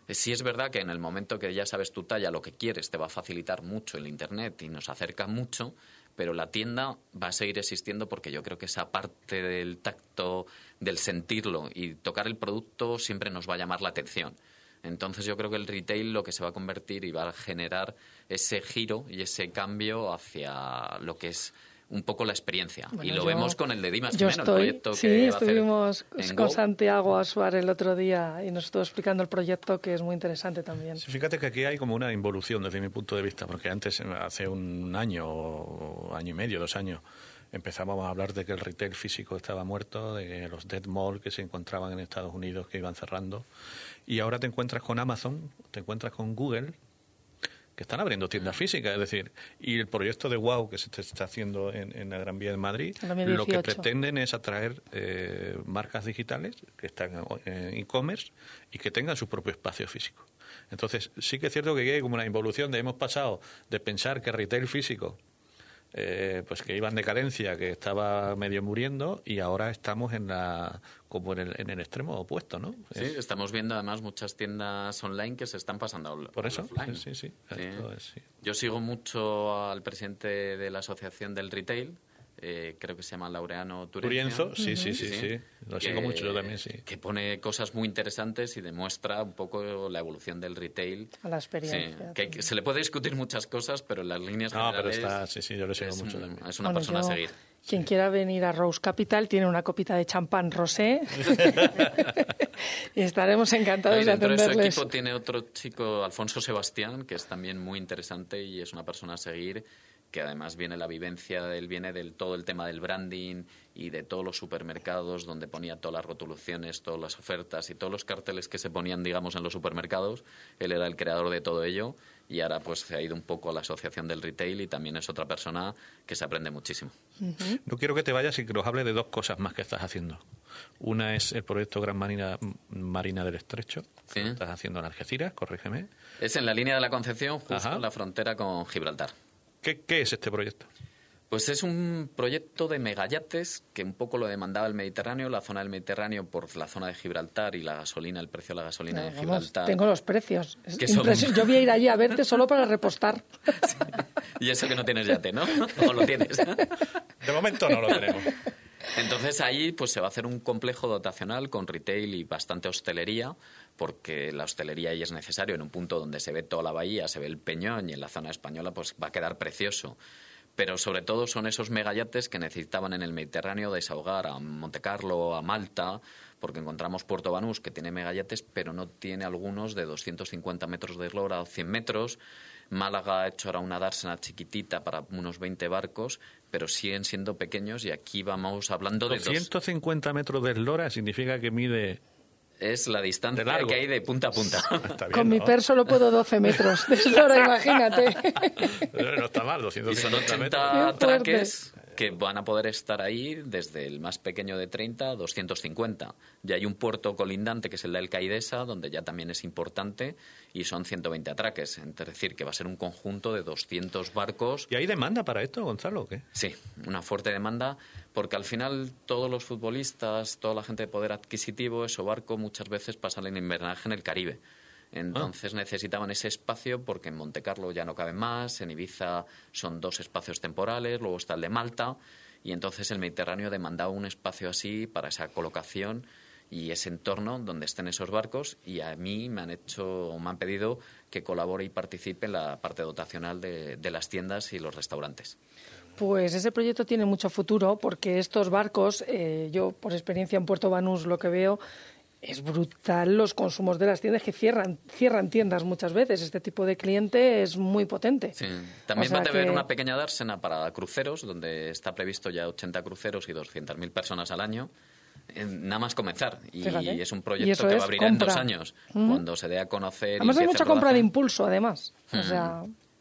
Sí es verdad que en el momento que ya sabes tu talla, lo que quieres, te va a facilitar mucho el Internet y nos acerca mucho, pero la tienda va a seguir existiendo porque yo creo que esa parte del tacto, del sentirlo y tocar el producto siempre nos va a llamar la atención. Entonces yo creo que el retail lo que se va a convertir y va a generar ese giro y ese cambio hacia lo que es un poco la experiencia. Bueno, y lo yo, vemos con el de Dimas yo Jimeno, estoy, el proyecto sí, que va a hacer estuvimos en con Go. Santiago Asuar el otro día y nos estuvo explicando el proyecto, que es muy interesante también. Sí, fíjate que aquí hay como una involución desde mi punto de vista, porque antes, hace un año, o año y medio, dos años, empezábamos a hablar de que el retail físico estaba muerto, de que los dead mall que se encontraban en Estados Unidos que iban cerrando, y ahora te encuentras con Amazon, te encuentras con Google, que están abriendo tiendas físicas, es decir, y el proyecto de Wow que se está haciendo en, en la Gran Vía de Madrid, lo que pretenden es atraer eh, marcas digitales que están en e-commerce y que tengan su propio espacio físico. Entonces, sí que es cierto que hay como una involución de hemos pasado de pensar que retail físico Eh, pues que iba en decadencia, que estaba medio muriendo, y ahora estamos en la como en el, en el extremo opuesto, ¿no? Sí, es, estamos viendo además muchas tiendas online que se están pasando al por eso, offline. sí, sí, sí. Esto es, sí. Yo sigo mucho al presidente de la Asociación del Retail, eh, creo que se llama Laureano Turienzo. Turienzo, sí, sí, sí, sí, sí. Lo sigo mucho yo también, sí. Que pone cosas muy interesantes y demuestra un poco la evolución del retail. A la experiencia. Sí, que, que se le puede discutir muchas cosas, pero en las líneas no, generales... pero está, sí, sí, yo lo sigo es mucho un, también. Es una Bueno, persona yo, a seguir. Quien sí. quiera venir a Rose Capital tiene una copita de champán rosé y estaremos encantados y de dentro atenderles. de su equipo tiene otro chico, Alfonso Sebastián, que es también muy interesante y es una persona a seguir, que además viene la vivencia, él viene del todo el tema del branding y de todos los supermercados donde ponía todas las rotulaciones, todas las ofertas y todos los carteles que se ponían, digamos, en los supermercados. Él era el creador de todo ello y ahora pues se ha ido un poco a la Asociación del Retail y también es otra persona que se aprende muchísimo. Uh-huh. No quiero que te vayas y que nos hable de dos cosas más que estás haciendo. Una es el proyecto Gran Marina, Marina del Estrecho, ¿Sí? que estás haciendo en Algeciras, corrígeme. Es en la línea de la Concepción, justo Ajá. en la frontera con Gibraltar. ¿Qué, ¿Qué es este proyecto? Pues es un proyecto de megayates que un poco lo demandaba el Mediterráneo, la zona del Mediterráneo por la zona de Gibraltar y la gasolina, el precio de la gasolina No, de vamos, Gibraltar. tengo los precios. Es Que son- impresi- Yo voy a ir allí a verte solo para repostar. Sí. Y eso que no tienes yate, ¿no? ¿O lo tienes? De momento no lo tenemos. Entonces ahí pues se va a hacer un complejo dotacional con retail y bastante hostelería, porque la hostelería ahí es necesario en un punto donde se ve toda la bahía, se ve el Peñón y en la zona española pues va a quedar precioso. Pero sobre todo son esos megayates que necesitaban en el Mediterráneo desahogar a Montecarlo, a Malta, porque encontramos Puerto Banús que tiene megayates, pero no tiene algunos de doscientos cincuenta metros de eslora o cien metros. Málaga ha hecho ahora una dársena chiquitita para unos veinte barcos, pero siguen siendo pequeños y aquí vamos hablando de dos... doscientos cincuenta metros de eslora significa que mide... Es la distancia De largo. que hay de punta a punta. Está bien, Con mi ¿no? per solo puedo doce metros de eslora, imagínate. No está mal, doscientos Y son cincuenta metros. ochenta Qué fuerte. traques que van a poder estar ahí desde el más pequeño de treinta a doscientos cincuenta. Ya hay un puerto colindante que es el de El Caidesa, donde ya también es importante, y son ciento veinte atraques. Es decir, que va a ser un conjunto de doscientos barcos. ¿Y hay demanda para esto, Gonzalo, o qué? Sí, una fuerte demanda, porque al final todos los futbolistas, toda la gente de poder adquisitivo, ese barco muchas veces pasan el invernaje en el Caribe. Entonces ah. necesitaban ese espacio porque en Montecarlo ya no caben más, en Ibiza son dos espacios temporales, luego está el de Malta, y entonces el Mediterráneo demandaba un espacio así para esa colocación y ese entorno donde estén esos barcos, y a mí me han hecho o me han pedido que colabore y participe en la parte dotacional de, de las tiendas y los restaurantes. Pues ese proyecto tiene mucho futuro porque estos barcos, eh, yo por experiencia en Puerto Banús lo que veo, es brutal los consumos de las tiendas que cierran cierran tiendas muchas veces. Este tipo de cliente es muy potente. Sí. También O sea va a haber que... una pequeña dársena para cruceros, donde está previsto ya ochenta cruceros y doscientas mil personas al año. Nada más comenzar. Y Fíjate. es un Y proyecto eso que es va a abrir compra. en dos años, uh-huh. cuando se dé a conocer. Además y hay mucha el compra de rodaje. impulso, además. Uh-huh. O sea...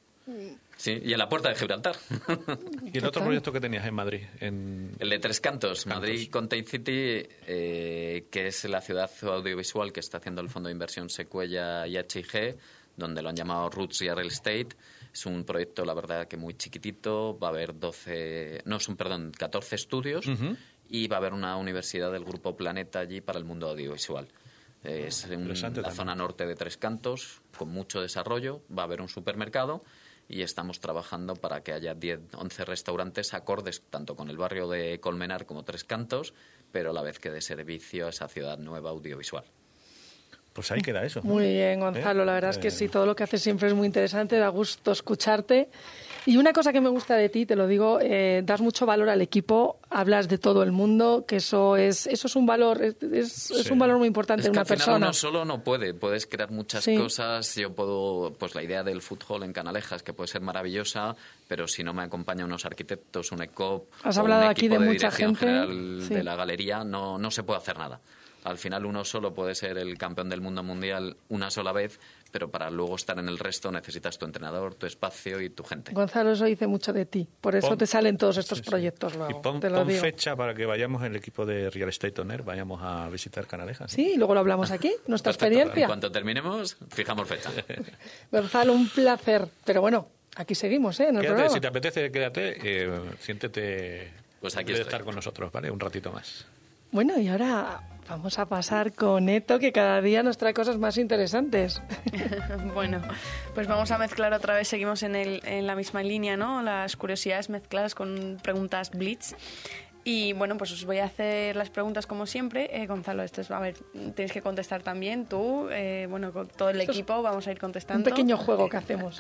Sí, y en la puerta de Gibraltar. ¿Y el otro proyecto que tenías en Madrid? En... El de Tres Cantos, Cantos. Madrid Content City, eh, que es la ciudad audiovisual que está haciendo el fondo de inversión Sequoia y H I G, donde lo han llamado Roots y Real Estate. Es un proyecto, la verdad, que muy chiquitito. Va a haber doce, no, son, perdón, catorce estudios, uh-huh. y va a haber una universidad del Grupo Planeta allí para el mundo audiovisual. Es en Interesante la también. zona norte de Tres Cantos, con mucho desarrollo. Va a haber un supermercado y estamos trabajando para que haya diez, once restaurantes acordes tanto con el barrio de Colmenar como Tres Cantos, pero a la vez que dé servicio a esa ciudad nueva audiovisual. Pues ahí queda eso. Muy bien, Gonzalo. La verdad es que Eh, sí, todo lo que haces siempre es muy interesante, da gusto escucharte. Y una cosa que me gusta de ti, te lo digo, eh, das mucho valor al equipo, hablas de todo el mundo, que eso es eso es un valor, es, es, es Sí. un valor muy importante Es de que una al final persona. uno solo no puede, puedes crear muchas Sí. cosas. Yo puedo, pues la idea del fútbol en Canalejas, que puede ser maravillosa, pero si no me acompañan unos arquitectos, un ECOP, Has o hablado un aquí equipo de de mucha dirección gente, general sí. de la galería, no, no se puede hacer nada. Al final uno solo puede ser el campeón del mundo mundial una sola vez, pero para luego estar en el resto necesitas tu entrenador, tu espacio y tu gente. Gonzalo, eso dice mucho de ti. Por eso Pon- te salen todos estos Sí, sí. proyectos luego. Y pon, te lo pon digo. fecha para que vayamos el equipo de Real Estate On Air, vayamos a visitar Canalejas. Sí, y luego lo hablamos aquí, nuestra Perfecto. En experiencia. cuanto terminemos, fijamos fecha. Gonzalo, un placer. Pero bueno, aquí seguimos, ¿eh? En el Quédate, programa. si te apetece, quédate, eh, siéntete Pues aquí de estoy. estar con nosotros, ¿vale? Un ratito más. Bueno, y ahora vamos a pasar con Eto, que cada día nos trae cosas más interesantes. Bueno, pues vamos a mezclar otra vez, seguimos en, el, en la misma línea, ¿no? Las curiosidades mezcladas con preguntas blitz. Y bueno, pues os voy a hacer las preguntas como siempre. Eh, Gonzalo, esto es, a ver, tienes que contestar también tú, eh, bueno, con todo el Esto es equipo vamos a ir Un contestando. pequeño juego que hacemos.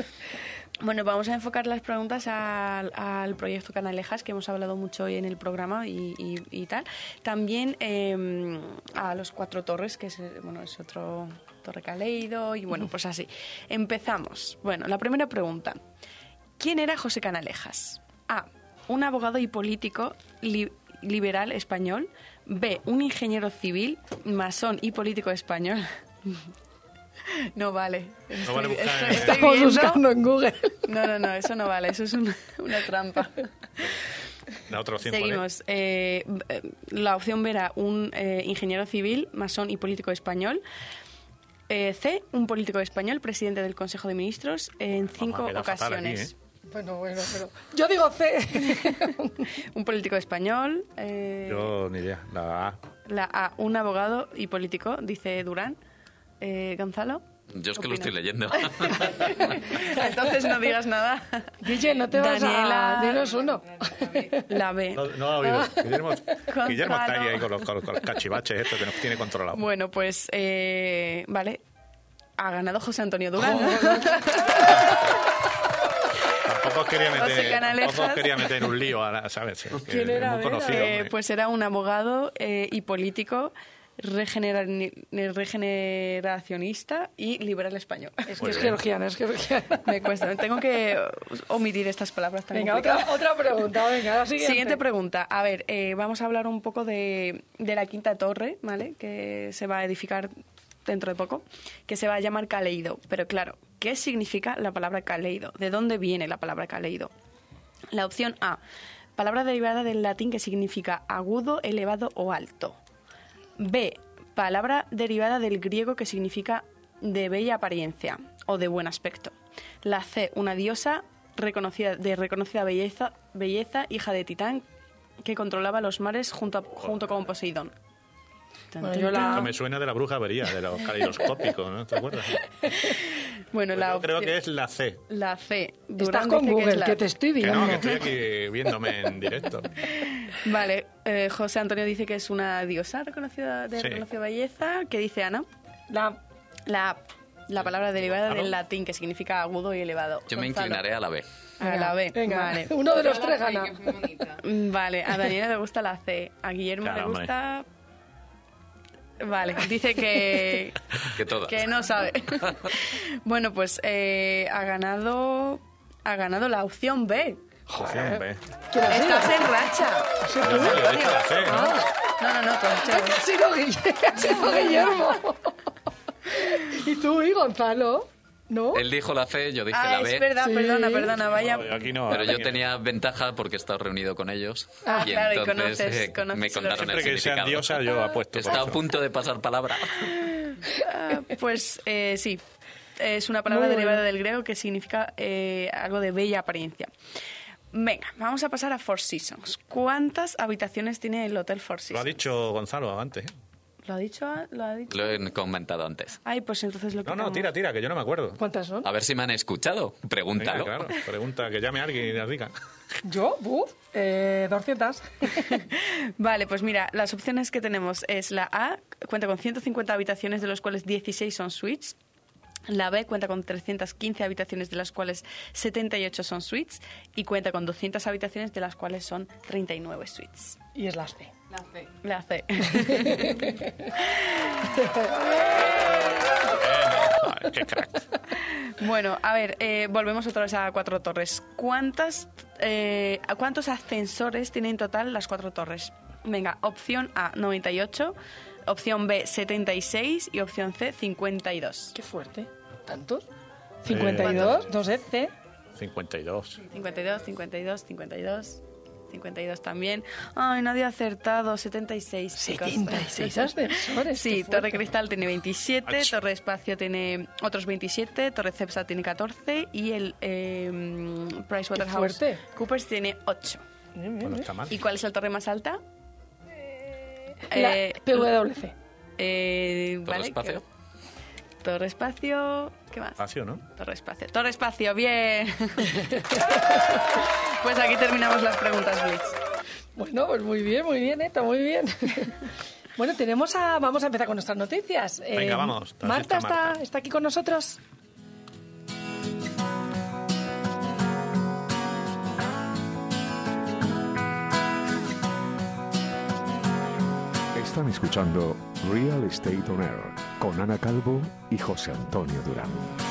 Bueno, vamos a enfocar las preguntas al, al proyecto Canalejas, que hemos hablado mucho hoy en el programa y, y- y tal. También eh, a los Cuatro Torres, que es, eh, bueno, es otro Torre Caleido, y bueno, pues así. Empezamos. Bueno, la primera pregunta. ¿Quién era José Canalejas? A. Un abogado y político li- liberal español. B. Un ingeniero civil, masón y político español. No vale. No vale buscar en- estoy Estamos viendo- buscando en Google. no, no, no, eso no vale, eso es una, una trampa. La otra opción, ¿cuál es? Seguimos. Eh, eh, la opción B era un eh, ingeniero civil, masón y político español. Eh, C, un político español, presidente del Consejo de Ministros en cinco quedar fatal aquí, ocasiones. ¿eh? Bueno, bueno, pero... Yo digo C. Un político español. eh, Yo ni idea. La A. La A, un abogado y político, dice Durán. Eh, Gonzalo. Yo es que ¿Qué lo estoy opinas? leyendo. Entonces no digas nada. Guille, no te vas Daniela- a... Dinos uno. La B. No, no ha oído. Guillermo, Gonzalo. Guillermo está ahí, ahí con, los, con los cachivaches estos que nos tiene controlados. Bueno, pues, eh, vale. Ha ganado José Antonio Durán. Tampoco os quería José meter, Canalejas. tampoco os quería meter en un lío, ahora, ¿sabes? Es que ¿Quién es era? muy A ver, conocido. Eh, hombre. pues era un abogado eh, y político regenera- regeneracionista y liberal español. Es que Muy es bien. georgiana, es georgiana. Me cuesta, me tengo que omitir estas palabras tan Venga, complicadas. otra, otra pregunta, venga, la siguiente. Siguiente pregunta. A ver, eh, vamos a hablar un poco de, de la quinta torre, ¿vale? Que se va a edificar dentro de poco, que se va a llamar Caleido. Pero claro, ¿qué significa la palabra Caleido? ¿De dónde viene la palabra Caleido? La opción A, palabra derivada del latín que significa agudo, elevado o alto. B, palabra derivada del griego que significa de bella apariencia o de buen aspecto. La C, una diosa reconocida, de reconocida belleza, belleza, hija de Titán, que controlaba los mares junto, a- junto con Poseidón. Bueno, yo la- Esto me suena de la bruja avería, de los caleidoscópicos, ¿no? ¿Te acuerdas? Bueno, Pues la yo creo opción- que es la C. la C. Estás Durán con dice que es Google, la- que te estoy Que viendo. no, que estoy aquí viéndome en directo. Vale, eh, José Antonio dice que es una diosa reconocida de Sí. reconocida belleza. ¿Qué dice Ana? La... La, la palabra derivada ¿Aló? del latín que significa agudo y elevado. Yo me Gonzalo. inclinaré a la B. A la B. Venga, Vale. uno de los tres gana. Mm, Vale, a Daniela le gusta la C. A Guillermo Claro, le hombre. gusta. Vale, dice que. Que todas. que no sabe. Bueno, pues eh, ha ganado. Ha ganado la opción B. Opción B. ¿Quién ha sido? Estás en racha. No, no, yo he dicho la C, ¿no? No, no, no, tú has dicho- Ha sido Guille- ha sido Guillermo. ¿Y tú y Gonzalo? ¿No? Él dijo la C, yo dije Ah, la es B. verdad, Sí. perdona, perdona, vaya. No, aquí no. Pero yo aquí no. tenía ventaja porque he estado reunido con ellos. Ah, y claro, y entonces conoces- eh, conoces me los- contaron el Siempre que sean significado. diosas, yo apuesto. Está por a eso. punto de pasar palabra. Ah, pues eh, sí, es una palabra Muy derivada bueno. del griego que significa eh, algo de bella apariencia. Venga, vamos a pasar a Four Seasons. ¿Cuántas habitaciones tiene el Hotel Four Lo ha Seasons? dicho Gonzalo antes. ¿eh? ¿Lo ha dicho? ¿Lo ha dicho? Lo he comentado antes. Ay, pues entonces lo No, quitamos. no, tira, tira, que yo no me acuerdo. ¿Cuántas son? A ver si me han escuchado. Pregúntalo. Venga, claro, pregunta, que llame a alguien y las diga. ¿Yo? Buf, eh, doscientas. Vale, pues mira, las opciones que tenemos es la A, cuenta con ciento cincuenta habitaciones, de los cuales dieciséis son suites. La B cuenta con trescientas quince habitaciones, de las cuales setenta y ocho son suites. Y cuenta con doscientas habitaciones, de las cuales son treinta y nueve suites. Y es la C. La C. La C. Ay, qué crack. Bueno, a ver, eh, volvemos otra vez a Cuatro Torres. ¿Cuántas, eh, ¿Cuántos ascensores tienen en total las Cuatro Torres? Venga, opción A, noventa y ocho, opción B, setenta y seis y opción C, cincuenta y dos. Qué fuerte. ¿Tantos? cincuenta y dos, dos es C. cincuenta y dos. cincuenta y dos, cincuenta y dos, cincuenta y dos, cincuenta y dos también. Ay, nadie ha acertado, setenta y seis. chicos. setenta y seis ascensores. Sí, qué Torre fuerte. Cristal tiene veintisiete, Ach. Torre Espacio tiene otros veintisiete, Torre Cepsa tiene catorce y el eh, Pricewaterhouse fuerte. Coopers tiene ocho. Bien, bien, Bueno, bien. está mal. ¿Y cuál es la torre más alta? La Eh, P W C. Eh, Torre vale, Espacio. que- Torre Espacio... ¿Qué más? Espacio, ¿no? Torre Espacio. Torre Espacio, bien. Pues aquí terminamos las preguntas Blitz. Bueno, pues muy bien, muy bien, Eta, muy bien. Bueno, tenemos a... Vamos a empezar con nuestras noticias. Venga, vamos. Así Marta está está, Marta. está aquí con nosotros. Están escuchando Real Estate On Air con Ana Calvo y José Antonio Durán.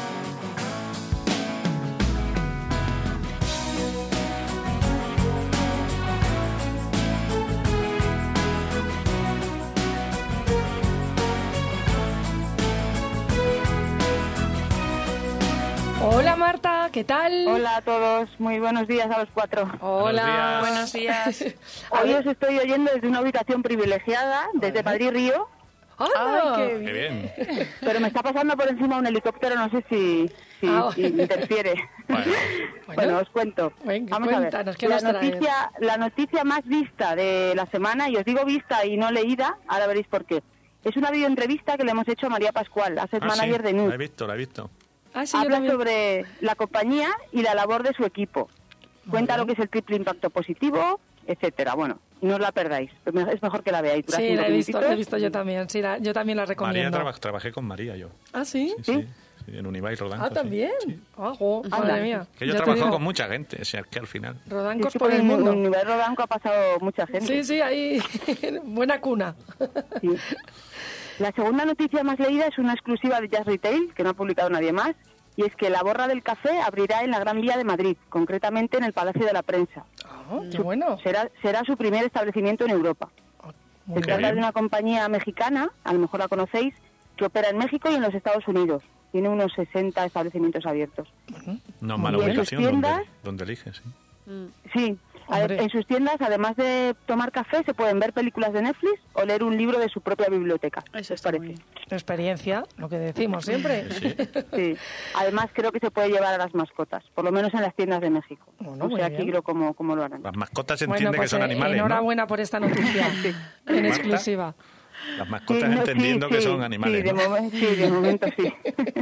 Hola Marta, ¿qué tal? Hola a todos, muy buenos días a los cuatro. Hola. Buenos días. Hoy os estoy oyendo desde una ubicación privilegiada, desde Madrid Río, ¡Anda! Ay, qué Qué bien. bien. pero me está pasando por encima un helicóptero, no sé si, si, Ah. si interfiere. Bueno, Bueno, os cuento. Venga, Vamos a ver. cuéntanos, ¿qué La nos traes? noticia, la noticia más vista de la semana, y os digo vista y no leída, ahora veréis por qué. Es una videoentrevista que le hemos hecho a María Pascual, asset ah, manager sí, de la he Nude. visto, la he visto. Ah, sí, yo Habla también. sobre la compañía y la labor de su equipo. Cuenta lo que es el triple impacto positivo, etcétera. Bueno, no os la perdáis. Es mejor que la veáis. Dura Sí, cinco la he visto, minutitos. la he visto yo también. Sí, la- yo también la María, recomiendo. traba- trabajé con María yo. Ah, ¿sí? Sí, sí, sí, en Unibail Rodanco. Ah, sí. ¿también? Sí. Ah, jo, Anda. madre mía. Que yo Ya te trabajo digo, con mucha gente, o sea, que al final... Rodancos Es que por el un- mundo. Un nivel rodanco ha pasado mucha gente. Sí, sí, ahí. Buena cuna. Sí. La segunda noticia más leída es una exclusiva de Jazz Retail, que no ha publicado nadie más, y es que la Borra del Café abrirá en la Gran Vía de Madrid, concretamente en el Palacio de la Prensa. Ah, qué bueno. Será, será su primer establecimiento en Europa. Muy Se bien. trata de una compañía mexicana, a lo mejor la conocéis, que opera en México y en los Estados Unidos. Tiene unos sesenta establecimientos abiertos. No, mala bien. ubicación ¿En sus donde, tiendas? donde eliges, sí. Sí, a- Hombre. en sus tiendas, además de tomar café, se pueden ver películas de Netflix o leer un libro de su propia biblioteca. Eso ¿Qué os está muy parece? bien. Experiencia, lo que decimos siempre. Sí. Sí. Además, creo que se puede llevar a las mascotas, por lo menos en las tiendas de México. Bueno, no muy sé aquí bien. creo cómo, cómo lo harán. Las mascotas se Bueno, entiende pues que son eh, animales, ¿no? enhorabuena por esta noticia en exclusiva. Las mascotas Sí, no, entendiendo sí, que sí, son animales, Sí, de, ¿no? momen- sí, de momento sí.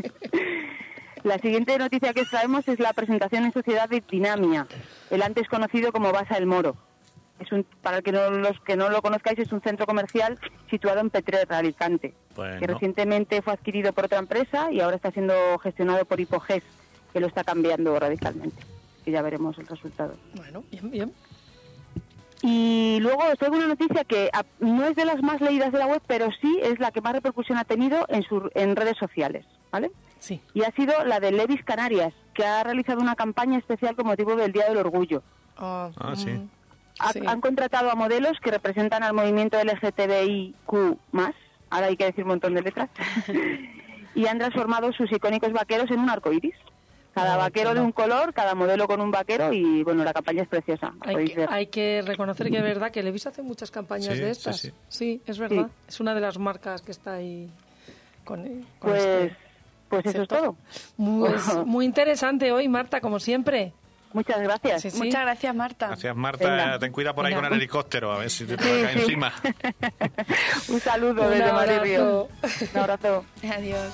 La siguiente noticia que os traemos es la presentación en sociedad de Dinamia, el antes conocido como Basa El Moro. Es un, para el que no, los que no lo conozcáis, es un centro comercial situado en Petrer, Alicante, Pues que no. recientemente fue adquirido por otra empresa y ahora está siendo gestionado por Hipogés, que lo está cambiando radicalmente. Y ya veremos el resultado. Bueno, bien, bien. Y luego os traigo una noticia que a- no es de las más leídas de la web, pero sí es la que más repercusión ha tenido en, su, en redes sociales, ¿vale? Sí. Y ha sido la de Levis Canarias, que ha realizado una campaña especial con motivo del Día del Orgullo. Ah, Ah, sí. mm, Ha- sí. Han contratado a modelos que representan al movimiento L G T B I Q más, ahora hay que decir un montón de letras, y han transformado sus icónicos vaqueros en un arco iris. Cada Ah, vaquero chulo. de un color, cada modelo con un vaquero, y bueno, la campaña es preciosa. la Hay podéis que, ver. hay que reconocer que es verdad que Levi's hace muchas campañas Sí, de sí, estas. sí. Sí, es verdad. Sí. Es una de las marcas que está ahí con, con Pues, este pues eso es sector. todo. Muy, es muy interesante hoy, Marta, como siempre. Muchas gracias. Sí, sí. Muchas gracias, Marta. Gracias, Marta. Venga. Ten cuidado por ahí Venga. con el helicóptero, a ver si te Sí, toca sí. encima. Un saludo Un desde Madrid Río. abrazo. Un abrazo. Adiós.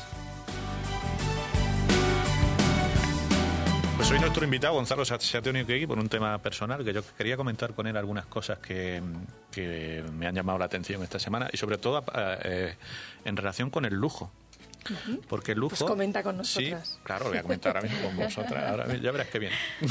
Pues hoy nuestro invitado, Gonzalo, se ha, se ha tenido que ir por un tema personal, que yo quería comentar con él algunas cosas que, que me han llamado la atención esta semana, y sobre todo eh, en relación con el lujo. Porque el lujo... Pues comenta con nosotras. Sí, claro, lo voy a comentar ahora mismo con vosotras. Ahora, ya verás qué bien.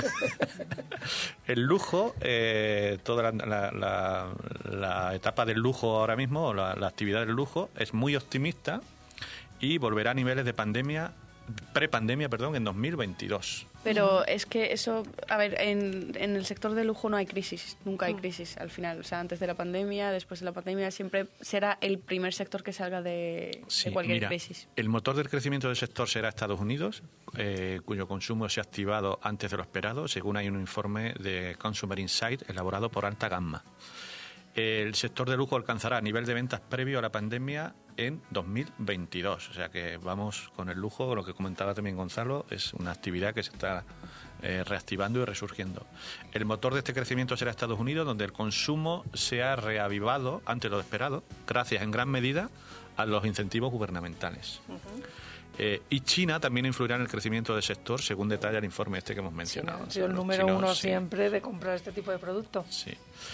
El lujo, eh, toda la, la, la, la etapa del lujo ahora mismo, la, la actividad del lujo, es muy optimista y volverá a niveles de pandemia, prepandemia, perdón, en dos mil veintidós. Pero es que eso, a ver, en, en el sector de lujo no hay crisis, nunca hay crisis al final. O sea, antes de la pandemia, después de la pandemia, siempre será el primer sector que salga de, Sí, de cualquier mira, crisis. el motor del crecimiento del sector será Estados Unidos, eh, cuyo consumo se ha activado antes de lo esperado, según hay un informe de Consumer Insight elaborado por Alta Gamma. El sector de lujo alcanzará nivel de ventas previo a la pandemia en dos mil veintidós. O sea que vamos con el lujo, lo que comentaba también Gonzalo, es una actividad que se está eh, reactivando y resurgiendo. El motor de este crecimiento será Estados Unidos, donde el consumo se ha reavivado ante lo esperado, gracias en gran medida a los incentivos gubernamentales. Eh, y China también influirá en el crecimiento del sector, según detalla el informe este que hemos mencionado. Ha sido el Los número chinos, uno sí. siempre de comprar este tipo de producto. Sí.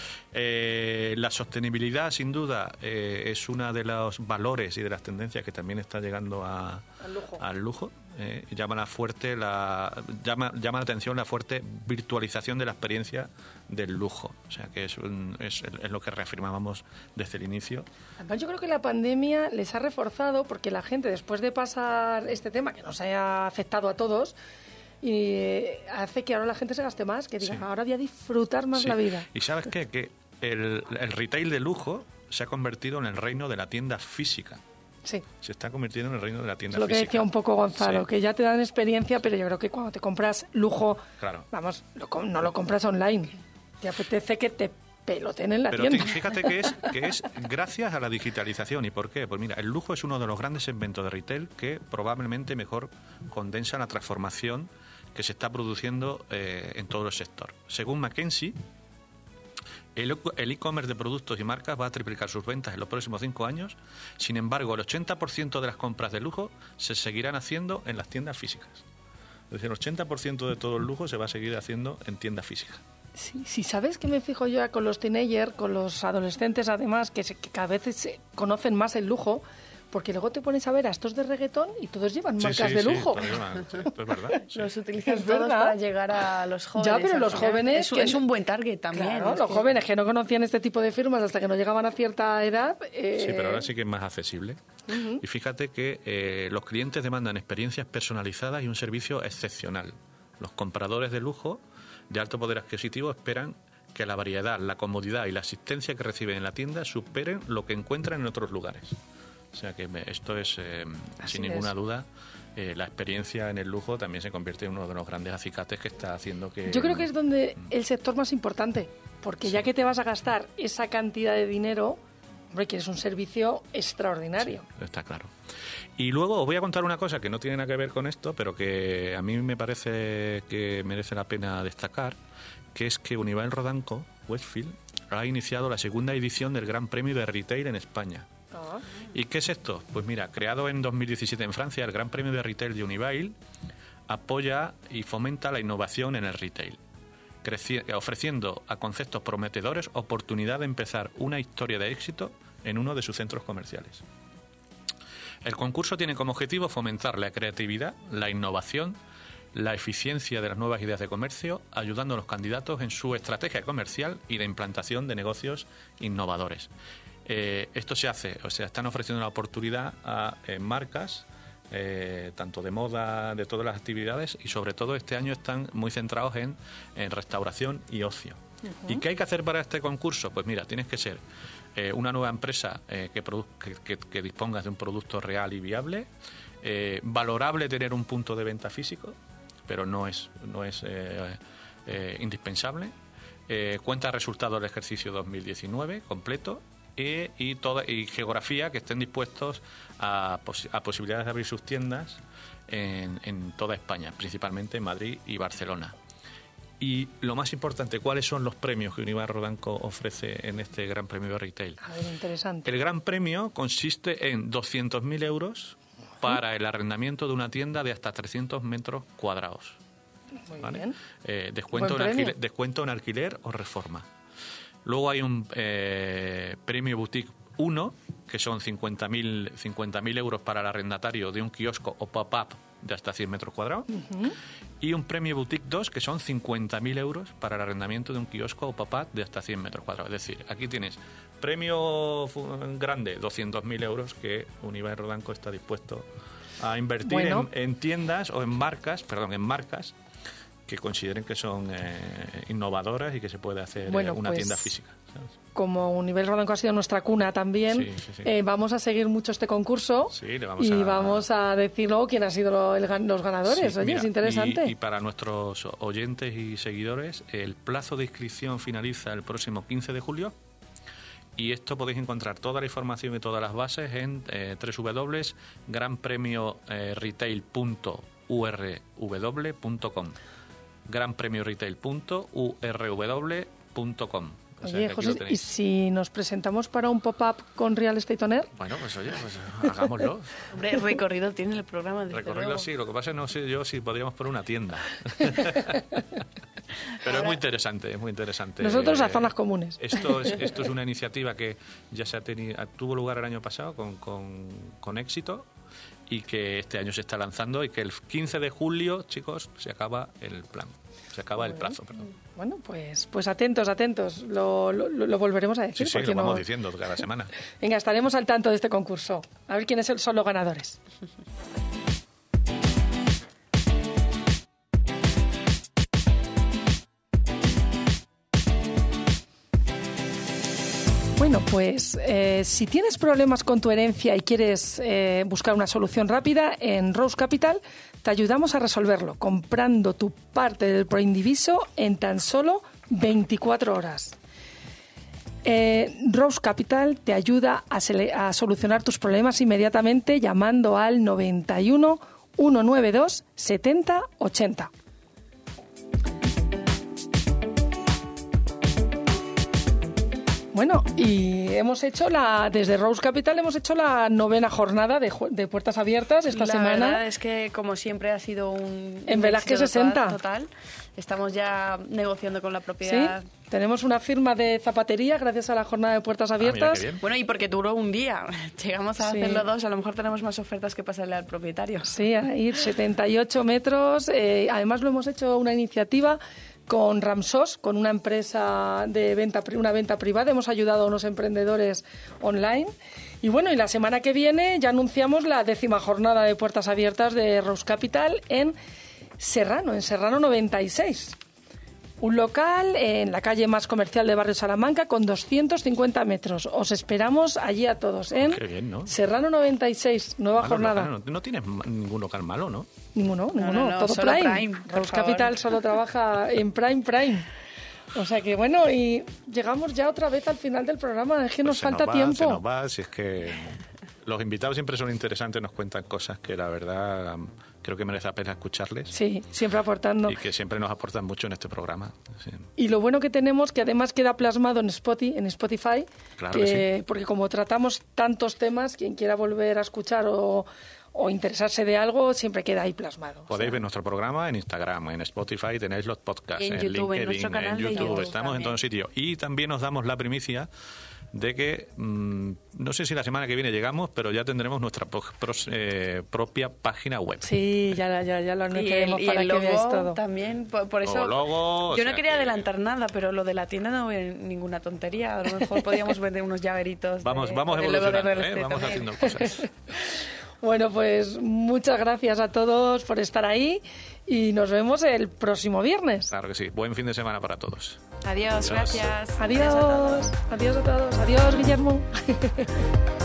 Eh, la sostenibilidad, sin duda, eh, es uno de los valores y de las tendencias que también está llegando a, Al lujo. al lujo. Eh, llama, la fuerte la, llama, llama la atención la fuerte virtualización de la experiencia del lujo. O sea, que es, un, es, es lo que reafirmábamos desde el inicio. Además, yo creo que la pandemia les ha reforzado porque la gente, después de pasar este tema, que nos haya afectado a todos, y eh, hace que ahora la gente se gaste más, que diga, Sí. ahora voy a disfrutar más Sí. la vida. ¿Y sabes qué? Que el, el retail de lujo se ha convertido en el reino de la tienda física. Sí, Se está convirtiendo en el reino de la tienda es lo que física. decía un poco Gonzalo, Sí. que ya te dan experiencia, pero yo creo que cuando te compras lujo, Claro. vamos, lo com- no lo compras online. Te apetece que te peloten en la Pero tienda. te- fíjate que es, que es gracias a la digitalización. ¿Y por qué? Pues mira, el lujo es uno de los grandes segmentos de retail que probablemente mejor condensa la transformación que se está produciendo eh, en todo el sector. Según McKinsey, el e- el e-commerce de productos y marcas va a triplicar sus ventas en los próximos cinco años. Sin embargo, el ochenta por ciento de las compras de lujo se seguirán haciendo en las tiendas físicas. Es decir, el ochenta por ciento de todo el lujo se va a seguir haciendo en tiendas físicas. Sí, sí, ¿sabes qué me fijo yo con los teenagers, con los adolescentes además, que, se- que cada vez se conocen más el lujo? Porque luego te pones a ver a estos de reggaetón y todos llevan Sí, marcas sí, de sí, lujo. todos llevan- sí, esto es verdad. sí. Los utilizan Es todos verdad. para llegar a los jóvenes. Ya, pero al los final. jóvenes Es, un- que- es un buen target también. Claro, es los que- jóvenes que no conocían este tipo de firmas hasta que no llegaban a cierta edad. eh, Sí, pero ahora sí que es más accesible. Y fíjate que eh, los clientes demandan experiencias personalizadas y un servicio excepcional. Los compradores de lujo de alto poder adquisitivo esperan que la variedad, la comodidad y la asistencia que reciben en la tienda superen lo que encuentran en otros lugares. O sea que me- esto es, eh, Así sin ninguna es. duda, eh, la experiencia en el lujo también se convierte en uno de los grandes acicates que está haciendo que... Yo creo que es donde el sector más importante, porque ya que te vas a gastar esa cantidad de dinero, hombre, quieres un servicio extraordinario. Está claro. Y luego os voy a contar una cosa que no tiene nada que ver con esto, pero que a mí me parece que merece la pena destacar, que es que Unibail Rodamco Westfield ha iniciado la segunda edición del Gran Premio de Retail en España. Ah. ¿Y qué es esto? Pues mira, creado en dos mil diecisiete en Francia, el Gran Premio de Retail de Unibail apoya y fomenta la innovación en el retail, creci- ofreciendo a conceptos prometedores oportunidad de empezar una historia de éxito en uno de sus centros comerciales. El concurso tiene como objetivo fomentar la creatividad, la innovación, la eficiencia de las nuevas ideas de comercio, ayudando a los candidatos en su estrategia comercial y la implantación de negocios innovadores. Eh, esto se hace, o sea, están ofreciendo la oportunidad a eh, marcas, eh, tanto de moda, de todas las actividades, y sobre todo este año están muy centrados en, en restauración y ocio. ¿Y qué hay que hacer para este concurso? Pues mira, tienes que ser eh, una nueva empresa eh, que, produ- que, que, que dispongas de un producto real y viable, eh, valorable tener un punto de venta físico, pero no es, no es eh, eh, indispensable, eh, cuenta de resultados del ejercicio dos mil diecinueve completo, y, y, toda, y geografía que estén dispuestos a, pos- a posibilidades de abrir sus tiendas en, en toda España, principalmente en Madrid y Barcelona. Y lo más importante, ¿cuáles son los premios que Univar Rodanco ofrece en este Gran Premio de Retail? A ver, interesante. El Gran Premio consiste en doscientos mil euros para el arrendamiento de una tienda de hasta trescientos metros cuadrados. Muy ¿vale? bien. Eh, descuento, en Buen premio. alquiler, descuento en alquiler o reforma. Luego hay un eh, premio Boutique uno, que son cincuenta mil euros para el arrendatario de un kiosco o pop-up de hasta cien metros cuadrados. Ujú. Y un premio Boutique dos, que son cincuenta mil euros para el arrendamiento de un kiosco o pop-up de hasta cien metros cuadrados. Es decir, aquí tienes premio fu- grande, doscientos mil euros, que Univar Rodanco está dispuesto a invertir Bueno. en, en tiendas o en marcas, perdón, en marcas que consideren que son eh, innovadoras y que se puede hacer Bueno, eh, una pues, tienda física, ¿sabes? Como Univer Rodanco ha sido nuestra cuna también, Sí, sí, sí. eh, vamos a seguir mucho este concurso Sí, le vamos y a- vamos a decir luego quién ha sido lo- el gan- los ganadores. Sí, Oye, mira, es interesante. Y, y para nuestros oyentes y seguidores, el plazo de inscripción finaliza el próximo quince de julio. Y esto podéis encontrar toda la información y todas las bases en eh, doble u doble u doble u punto gran premio retail punto u r w punto com. gran premio retail punto u r w punto com. O sea, Oye, que aquí José, lo ¿y tenéis. si nos presentamos para un pop-up con Real Estate On Air? Bueno, pues oye, pues hagámoslo. Hombre, recorrido tiene el programa, desde Recorrido luego. sí, lo que pasa es no sé yo si podríamos poner una tienda. Pero es muy interesante, es muy interesante. Nosotros a Eh, zonas comunes. Esto es, esto es una iniciativa que ya se ha tenido, tuvo lugar el año pasado con, con, con éxito y que este año se está lanzando y que el quince de julio, chicos, se acaba el plan, se acaba el plazo, perdón. Bueno, pues, pues atentos, atentos. Lo, lo, lo volveremos a Sí, decir. sí, porque lo vamos no- diciendo cada semana. Venga, estaremos al tanto de este concurso. A ver quiénes son los ganadores. Bueno, pues eh, si tienes problemas con tu herencia y quieres eh, buscar una solución rápida, en Rose Capital te ayudamos a resolverlo comprando tu parte del proindiviso en tan solo veinticuatro horas. Eh, Rose Capital te ayuda a, sele- a solucionar tus problemas inmediatamente llamando al noventa y uno, ciento noventa y dos, setenta ochenta. Bueno, y hemos hecho la, desde Rose Capital hemos hecho la novena jornada de, ju- de puertas abiertas esta la semana. verdad es que, como siempre, ha sido un... En un Velázquez éxito sesenta. Total. Estamos ya negociando con la Sí, propiedad. tenemos una firma de zapatería gracias a la jornada de puertas Ah, mira, abiertas. qué bien. Bueno, y porque duró un día. Llegamos a Sí. hacerlo dos, a lo mejor tenemos más ofertas que pasarle al propietario. Sí, a ir setenta y ocho metros. eh, además lo hemos hecho una iniciativa con Ramsos, con una empresa de venta, pri- una venta privada. Hemos ayudado a unos emprendedores online. Y bueno, y la semana que viene ya anunciamos la décima jornada de puertas abiertas de Rose Capital en Serrano, en Serrano noventa y seis. Un local en la calle más comercial de Barrio Salamanca con doscientos cincuenta metros. Os esperamos allí a todos en Qué bien, ¿no? Serrano noventa y seis, nueva Ah, no, jornada. no, no, no tienes ma- ningún local malo, ¿no? Ninguno, ninguno, no, no, todo solo Prime. Prime, por Rose favor. Capital solo trabaja en Prime, Prime. O sea que bueno, y llegamos ya otra vez al final del programa. Es que nos Pues se falta va, tiempo. Se nos va, si es que los invitados siempre son interesantes, nos cuentan cosas que la verdad um, creo que merece la pena escucharles Sí, siempre aportando. y que siempre nos aportan mucho en este programa. Sí. Y lo bueno que tenemos, que además queda plasmado en Spotify, en Spotify Claro que porque como tratamos tantos temas, quien quiera volver a escuchar o, o interesarse de algo, siempre queda ahí plasmado. Podéis ver nuestro programa en Instagram, en Spotify, tenéis los podcasts, Y en en, YouTube, en LinkedIn, nuestro canal en de YouTube, YouTube estamos en también. todos sitios. Y también os damos la primicia de que, mmm, no sé si la semana que viene llegamos, pero ya tendremos nuestra po- pros- eh, propia página web. Sí, ya, ya, ya lo Y el, anunciaremos y para el que veáis logo todo. también, por, por eso... Logo, logo, o yo no sea quería que- adelantar nada, pero lo de la tienda no veo ninguna tontería. A lo mejor podíamos vender unos llaveritos. Vamos, de- vamos con el logo de evolucionando, Real ¿eh? Estate Vamos también. haciendo cosas. Bueno, pues muchas gracias a todos por estar ahí y nos vemos el próximo viernes. Claro que sí. Buen fin de semana para todos. Adiós, Adiós. gracias. Adiós, a todos. adiós a todos, adiós Guillermo.